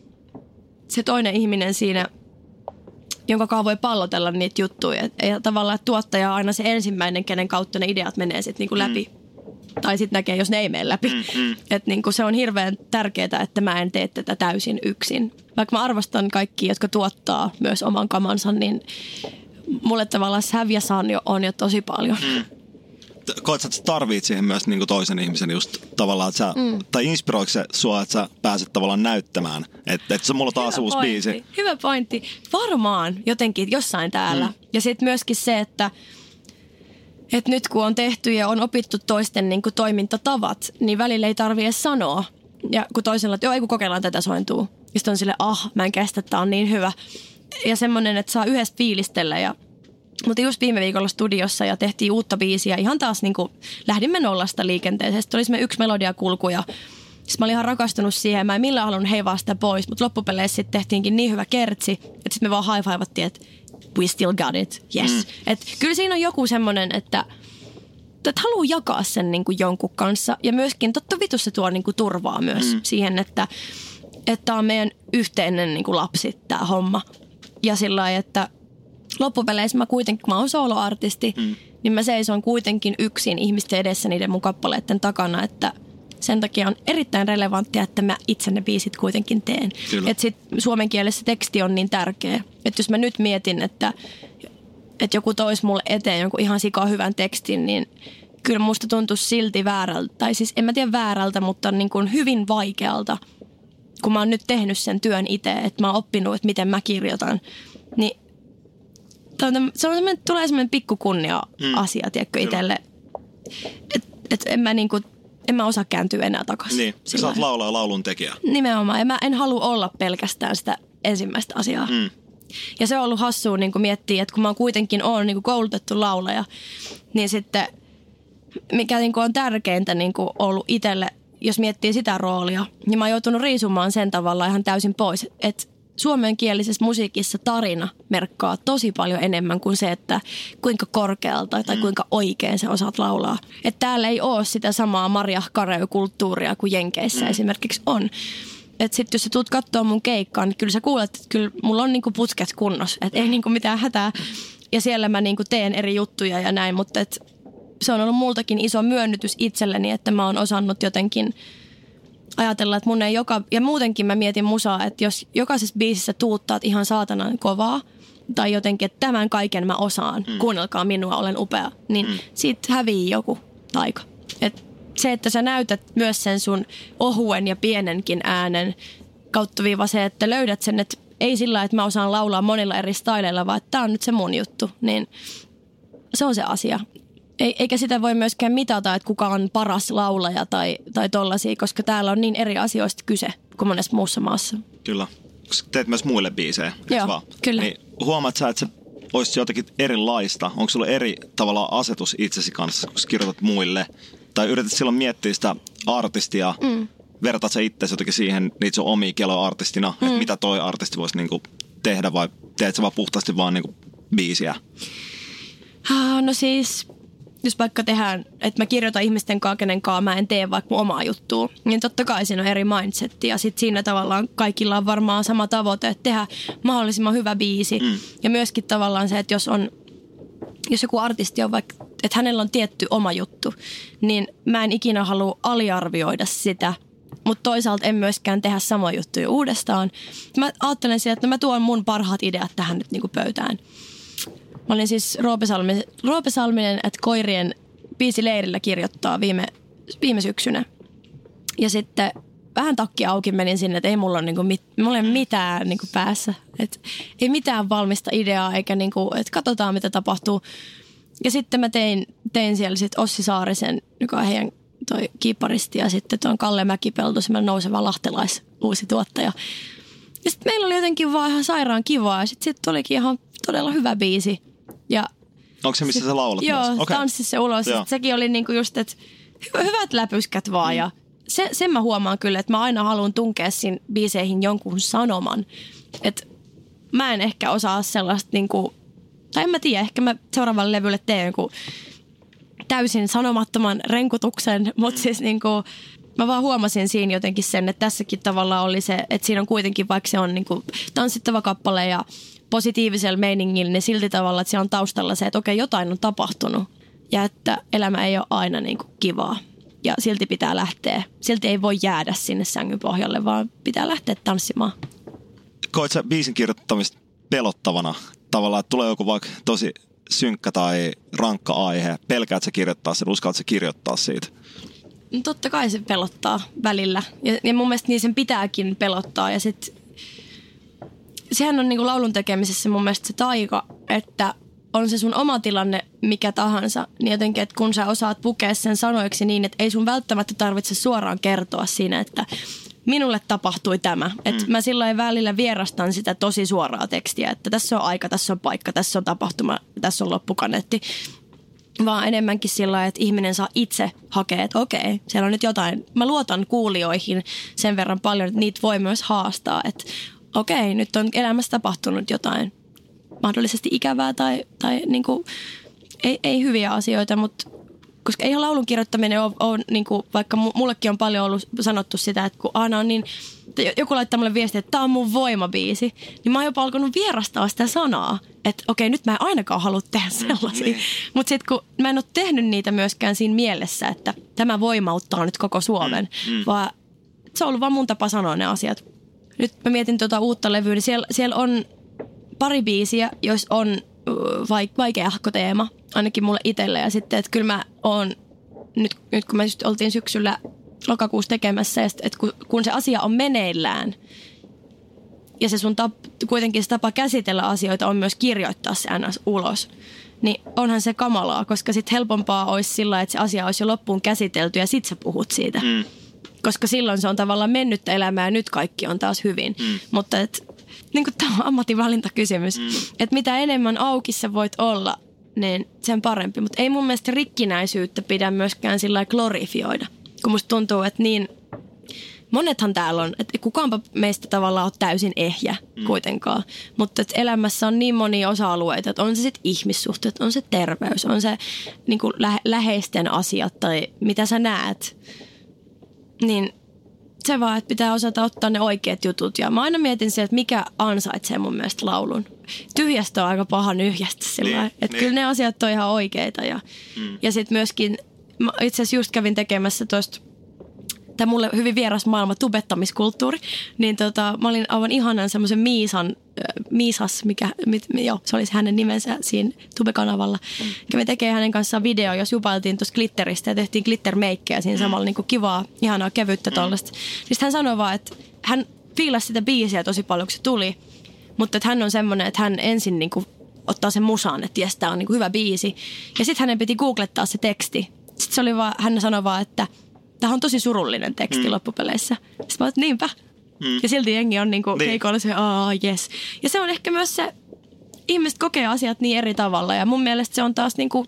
se toinen ihminen siinä, jonka kanssa voi pallotella niitä juttuja. Ja tavallaan, että tuottaja on aina se ensimmäinen, kenen kautta ne ideat menee sitten niinku läpi. Tai sitten näkee, jos ne ei mene läpi. Että niinku se on hirveän tärkeää, että mä en tee tätä täysin yksin. Vaikka mä arvostan kaikkia, jotka tuottaa myös oman kamansa, niin mulle tavallaan säv ja sanjo on jo tosi paljon. Koet sä, että sä tarvitset siihen myös niinku toisen ihmisen just tavallaan, että sä, tai inspiroiko se sua, että sä pääset tavallaan näyttämään, että se mulla taas uusi biisi? Hyvä pointti. Varmaan jotenkin jossain täällä. Ja sitten myöskin se, että nyt kun on tehty ja on opittu toisten niin kuin toimintatavat, niin välillä ei tarvitse edes sanoa. Ja kun toisella, että joo, ei kun kokeillaan tätä sointuu. Ja sitten on silleen, mä en kestä, tää on niin hyvä. Ja semmoinen, että saa yhdessä fiilistellä. Mutta just viime viikolla studiossa ja tehtiin uutta biisiä. Ihan taas niin kuin lähdimme nollasta liikenteeseen. Sitten oli yksi melodiakulku ja sitten mä olin ihan rakastunut siihen. Mä en millään halunnut heivaa sitä pois, mutta loppupeleissä sitten tehtiinkin niin hyvä kertsi, että sitten me vaan high-fivattiin, että we still got it, yes. Että kyllä siinä on joku semmoinen, että haluaa jakaa sen niin kuin jonkun kanssa. Ja myöskin totta vitus se tuo niin kuin turvaa myös siihen, että on meidän yhteinen niin kuin lapsi tämä homma. Ja sillä lailla, että loppupeleissä mä kuitenkin, kun mä oon soloartisti, niin mä seison kuitenkin yksin ihmisten edessä niiden mun kappaleiden takana, että sen takia on erittäin relevanttia, että mä itse ne biisit kuitenkin teen. Että sit suomen kielessä teksti on niin tärkeä. Että jos mä nyt mietin, että joku toisi mulle eteen jonkun ihan sikaa hyvän tekstin, niin kyllä musta tuntuisi silti väärältä. Tai siis en mä tiedä väärältä, mutta niin kuin hyvin vaikealta, kun mä oon nyt tehnyt sen työn itse, että mä oon oppinut, että miten mä kirjoitan. Niin se on tulee semmoinen pikkukunnia-asia, tiedätkö, itselle. Että en mä osaa kääntyä enää takaisin. Niin, sä oot laulaa ja laulun tekijä. Nimenomaan, ja mä en halua olla pelkästään sitä ensimmäistä asiaa. Ja se on ollut hassua niin kuin miettiä, että kun mä kuitenkin oon niin kuin koulutettu laulaja, niin sitten mikä niin kuin on tärkeintä niin kuin ollut itselle, jos miettii sitä roolia, niin mä oon joutunut riisumaan sen tavalla ihan täysin pois. Että suomenkielisessä musiikissa tarina merkkaa tosi paljon enemmän kuin se, että kuinka korkealta tai kuinka oikein sä osaat laulaa. Että täällä ei ole sitä samaa Mariah Carey-kulttuuria kuin Jenkeissä esimerkiksi on. Että sitten jos sä tuut kattoo mun keikkaa, niin kyllä sä kuulet, että kyllä mulla on niinku putket kunnossa. Että ei niinku mitään hätää. Ja siellä mä niinku teen eri juttuja ja näin, mutta se on ollut multakin iso myönnytys itselleni, että mä oon osannut jotenkin ajatella, että mun ei ja muutenkin mä mietin musaa, että jos jokaisessa biisissä tuuttaat ihan saatanan kovaa, tai jotenkin, että tämän kaiken mä osaan, kuunnelkaa minua, olen upea, niin siitä hävii joku taika. Et se, että sä näytät myös sen sun ohuen ja pienenkin äänen kautta viiva se, että löydät sen, että ei sillä, että mä osaan laulaa monilla eri styleilla, vaan että tää on nyt se mun juttu, niin se on se asia. Eikä sitä voi myöskään mitata, että kuka on paras laulaja tai tollaisia, koska täällä on niin eri asioista kyse kuin monessa muussa maassa. Kyllä. Teet myös muille biisejä, joo, vaan? Kyllä. Niin huomaat sä, että se olisi jotenkin erilaista? Onko sulla eri tavalla asetus itsesi kanssa, kun kirjoitat muille? Tai yrität silloin miettiä sitä artistia, vertaat sä itseäsi jotenkin siihen niitä sun omia keloja artistina, että mitä toi artisti voisi niinku tehdä, vai teet sä vaan puhtaasti vaan niinku biisiä? No siis, jos vaikka tehdään, että mä kirjoitan ihmisten kanssa, kenen kanssa mä en tee vaikka mun omaa juttua, niin totta kai siinä on eri mindsetti. Ja sitten siinä tavallaan kaikilla on varmaan sama tavoite, että tehdä mahdollisimman hyvä biisi. Ja myöskin tavallaan se, että jos joku artisti on vaikka, että hänellä on tietty oma juttu, niin mä en ikinä halua aliarvioida sitä. Mutta toisaalta en myöskään tehdä samoja juttuja uudestaan. Mä ajattelen sieltä, että mä tuon mun parhaat ideat tähän nyt niinku pöytään. Mä olin siis Roope Salminen, että Koirien biisileirillä kirjoittaa viime syksynä. Ja sitten vähän takki auki menin sinne, että ei mulla ole mitään niinku päässä. Et ei mitään valmista ideaa, eikä niinku, että katsotaan mitä tapahtuu. Ja sitten mä tein siellä sit Ossi Saarisen, joka on heidän toi kiipparisti, ja sitten tuon Kalle Mäkipelto, semmoinen nouseva lahtelais uusi tuottaja. Ja sitten meillä oli jotenkin vaan ihan sairaan kivaa, ja sitten olikin ihan todella hyvä biisi. Ja onko se, missä sä laulat? Joo, okay. Tanssissa se ulos. Sekin oli niinku just, että hyvät läpyskät vaan. Ja sen mä huomaan kyllä, että mä aina haluan tunkea siinä biiseihin jonkun sanoman. Että mä en ehkä osaa sellaista niinku, tai en mä tiedä, ehkä mä seuraavalle levylle teen jonkun täysin sanomattoman renkutuksen. Mutta siis niinku, mä vaan huomasin siinä jotenkin sen, että tässäkin tavallaan oli se, että siinä on kuitenkin, vaikka se on niinku tanssittava kappale ja positiivisella meiningillä, niin silti tavalla, että siellä on taustalla se, että okei, jotain on tapahtunut ja että elämä ei ole aina niin kuin kivaa ja silti pitää lähteä. Silti ei voi jäädä sinne sängyn pohjalle, vaan pitää lähteä tanssimaan. Koet sä biisin kirjoittamista pelottavana tavallaan, että tulee joku vaikka tosi synkkä tai rankka aihe, pelkäät sä kirjoittaa sen, uskallat sä kirjoittaa siitä? No totta kai se pelottaa välillä ja mun mielestä niin sen pitääkin pelottaa ja sitten sehän on niinku laulun tekemisessä mun mielestä se taika, että on se sun oma tilanne mikä tahansa, niin jotenkin, että kun sä osaat pukea sen sanoiksi niin, että ei sun välttämättä tarvitse suoraan kertoa siinä, että minulle tapahtui tämä. Että mä silloin välillä vierastan sitä tosi suoraa tekstiä, että tässä on aika, tässä on paikka, tässä on tapahtuma, tässä on loppukaneetti. Vaan enemmänkin sillä, että ihminen saa itse hakea, että okei, siellä on nyt jotain. Mä luotan kuulijoihin sen verran paljon, että niitä voi myös haastaa, että okei, nyt on elämässä tapahtunut jotain mahdollisesti ikävää tai niin kuin, ei hyviä asioita, mutta koska eihän laulun kirjoittaminen ole niin kuin, vaikka mullekin on paljon ollut sanottu sitä, että kun aina on niin, joku laittaa mulle viestiä, että tää on mun voimabiisi, niin mä oon jopa alkanut vierastaa sitä sanaa, että okei, nyt mä en ainakaan halua tehdä sellaisia. Mutta sitten kun mä en ole tehnyt niitä myöskään siinä mielessä, että tämä voimauttaa nyt koko Suomen, vaan se on ollut vaan mun tapa sanoa ne asiat. Nyt mä mietin uutta levyä, niin siellä on pari biisiä, joissa on vaikeahko teema, ainakin mulle itselle. Ja sitten, että kyllä mä oon, nyt kun me just oltiin syksyllä lokakuussa tekemässä, että kun se asia on meneillään ja se sun kuitenkin se tapa käsitellä asioita on myös kirjoittaa se NS ulos, niin onhan se kamalaa, koska sitten helpompaa olisi sillä, että se asia olisi jo loppuun käsitelty ja sit sä puhut siitä. Koska silloin se on tavallaan mennyttä elämää ja nyt kaikki on taas hyvin. Mutta niin tämä on ammatinvalintakysymys. Että mitä enemmän auki sä voit olla, niin sen parempi. Mutta ei mun mielestä rikkinäisyyttä pidä myöskään sillä glorifioida. Kun musta tuntuu, että niin monethan täällä on, että kukaanpa meistä tavallaan ole täysin ehjä kuitenkaan. Mutta elämässä on niin monia osa-alueita, että on se sitten ihmissuhteet, on se terveys, on se niin kuin läheisten asiat tai mitä sä näet. Niin se vaan, että pitää osata ottaa ne oikeat jutut. Ja mä aina mietin se, että mikä ansaitsee mun mielestä laulun. Tyhjästä on aika paha nyhjästä sillä lailla. Että kyllä ne asiat on ihan oikeita. Ja sitten myöskin, itse asiassa just kävin tekemässä tuosta, tämä mulle hyvin vieras maailma, tubettamiskulttuuri, niin mä olin aivan ihanan semmoisen Miisas, se olisi hänen nimensä siinä Tube-kanavalla. Kävin tekemään hänen kanssaan video, jos jupailtiin tuossa glitteristä ja tehtiin glittermeikkejä siinä samalla niin kuin kivaa, ihanaa kevyttä tollaista. Sitten hän sanoi vaan, että hän fiilasi sitä biisiä tosi paljon, kun se tuli, mutta että hän on semmoinen, että hän ensin niin kuin ottaa sen musaan, että jes, tää on niin kuin hyvä biisi. Ja sitten hänen piti googlettaa se teksti. Sitten se oli vaan, hän sanoi vaan, että tämä on tosi surullinen teksti loppupeleissä. Sitten mä oon, niinpä. Ja silti jengi on niinku keikoilla se, jes. Ja se on ehkä myös se, ihmiset kokee asiat niin eri tavalla. Ja mun mielestä se on taas niinku,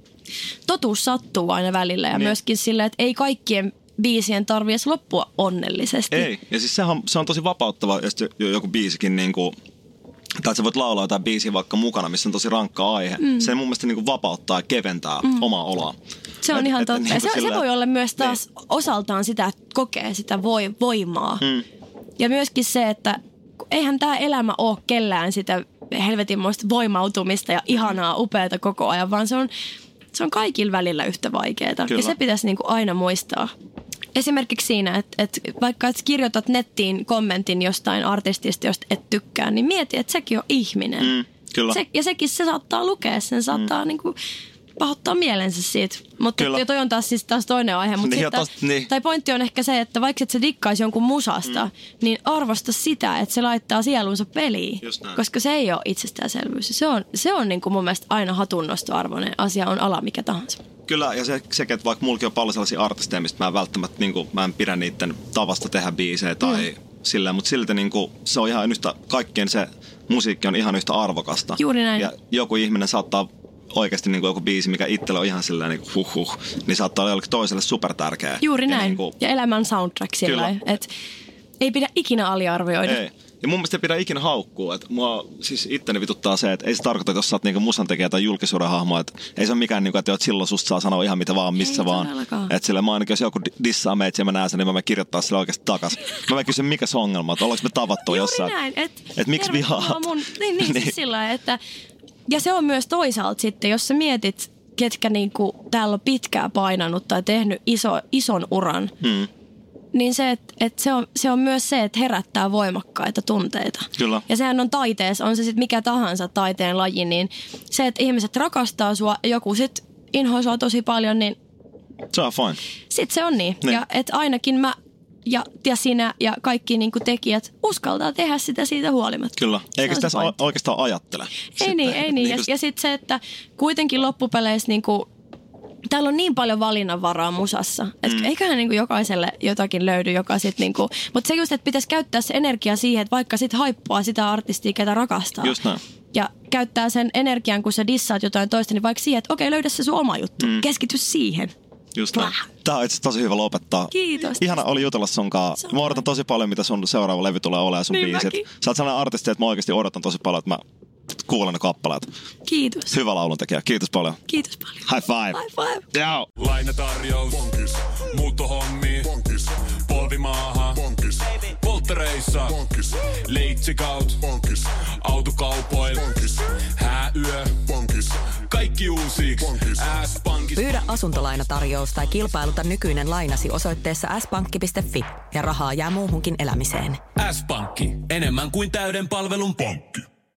totuus sattuu aina välillä. Ja myöskin silleen, että ei kaikkien biisien tarvitse loppua onnellisesti. Ei. Ja siis se on tosi vapauttava, jos joku biisikin niinku, tai että sä voit laulaa jotain biisiä vaikka mukana, missä on tosi rankka aihe. Se mun mielestä niinku vapauttaa ja keventää omaa oloa. Se on ihan totta. Niin se voi olla myös taas osaltaan sitä, että kokee sitä voimaa. Ja myöskin se, että eihän tämä elämä ole kellään sitä helvetinmoista voimautumista ja ihanaa, upeata koko ajan, vaan se on kaikilla välillä yhtä vaikeaa. Ja se pitäisi niinku aina muistaa. Esimerkiksi siinä, että vaikka et kirjoitat nettiin kommentin jostain artistista, josta et tykkää, niin mieti, että sekin on ihminen. Kyllä. Ja sekin se saattaa lukea, sen saattaa niinku pahoittaa mielensä siitä. Mutta toi on taas toinen aihe. Mutta tai pointti on ehkä se, että vaikka et sä dikkaisi jonkun musasta, niin arvosta sitä, että se laittaa sielunsa peliin. Koska se ei ole itsestäänselvyys. Se on niin kuin mun mielestä aina hatunnostoarvoinen asia, on ala mikä tahansa. Kyllä, ja se että vaikka mullakin on paljon sellaisia artisteja, mistä mä välttämättä mä en pidä niiden tavasta tehdä biisejä tai sillä, mutta silti se on ihan yhtä, kaikkien se musiikki on ihan yhtä arvokasta. Juuri näin. Ja joku ihminen saattaa oikeasti niin kuin joku biisi, mikä itsellä on ihan silleen niin niin saattaa olla jollekin toiselle supertärkeä. Juuri näin. Niin kuin, ja elämän soundtrack sillä että ei pidä ikinä aliarvioida. Ei. Ja mun mielestä ei pidä ikinä haukkua. Että mua siis itteni vituttaa se, että ei se tarkoita, että jos sä oot niinku musantekijä tai julkisuuden hahmo, että ei se ole mikään, niinku, että silloin susta saa sanoa ihan mitä vaan, missä ei vaan. Että sillä mä ainakin, jos joku dissaa meitä ja mä näen sen, niin mä kirjoittaa sille oikeasti takas. Mä kysyn, mikä se ongelma, että ollaanko me tavattu jossain. Juuri näin. Että miksi vihaat? Niin. Siis sillä lailla, että ja se on myös toisaalta sitten, jos sä mietit, ketkä niinku täällä on pitkään painanut tai tehnyt ison uran, niin se on myös se, että herättää voimakkaita tunteita. Kyllä. Ja sehän on taiteessa, on se sitten mikä tahansa taiteen laji, niin se, että ihmiset rakastaa sua ja joku sitten inhoaa sua tosi paljon, niin se on fine. Sitten se on niin. Ja että ainakin mä ja sinä ja kaikki niinku tekijät uskaltaa tehdä sitä siitä huolimatta. Kyllä. Eikä sitä oikeastaan ajattele. Ei niin. Ja sitten se, että kuitenkin loppupeleissä niinku, täällä on niin paljon valinnanvaraa musassa. Että eiköhän niinku jokaiselle jotakin löydy, joka sit niinku, mutta se just, että pitäisi käyttää se energia siihen, että vaikka sit haippaa sitä artistia, ketä rakastaa. Just näin. Ja käyttää sen energian, kun sä dissaat jotain toista, niin vaikka siihen, että okei, löydä se sun oma juttu. Keskity siihen. Just näin. Tämä on itse tosi hyvä lopettaa. Kiitos. Ihana oli jutella sunkaan. Mä odotan tosi paljon, mitä sun seuraava levy tulee olemaan sun biisit. Mäkin. Sä oot sellainen artisti, että mä oikeasti odotan tosi paljon, että mä kuulen ne kappaleet. Kiitos. Hyvä lauluntekijä. Kiitos paljon. Kiitos paljon. High five. High five. Joo. Lainatarjous. Bonkis. Muuttohommi. Bonkis. Polvimaaha. Bonkis. Polttereissa. Bonkis. Leitsikaut. Bonkis. Autokaupoil. Bonkis. Hääyö. Bonkis. Kaikki uusiiksi. S-pankki. Pyydä asuntolainatarjous tai kilpailuta nykyinen lainasi osoitteessa s-pankki.fi ja rahaa jää muuhunkin elämiseen. S-pankki. Enemmän kuin täyden palvelun pankki.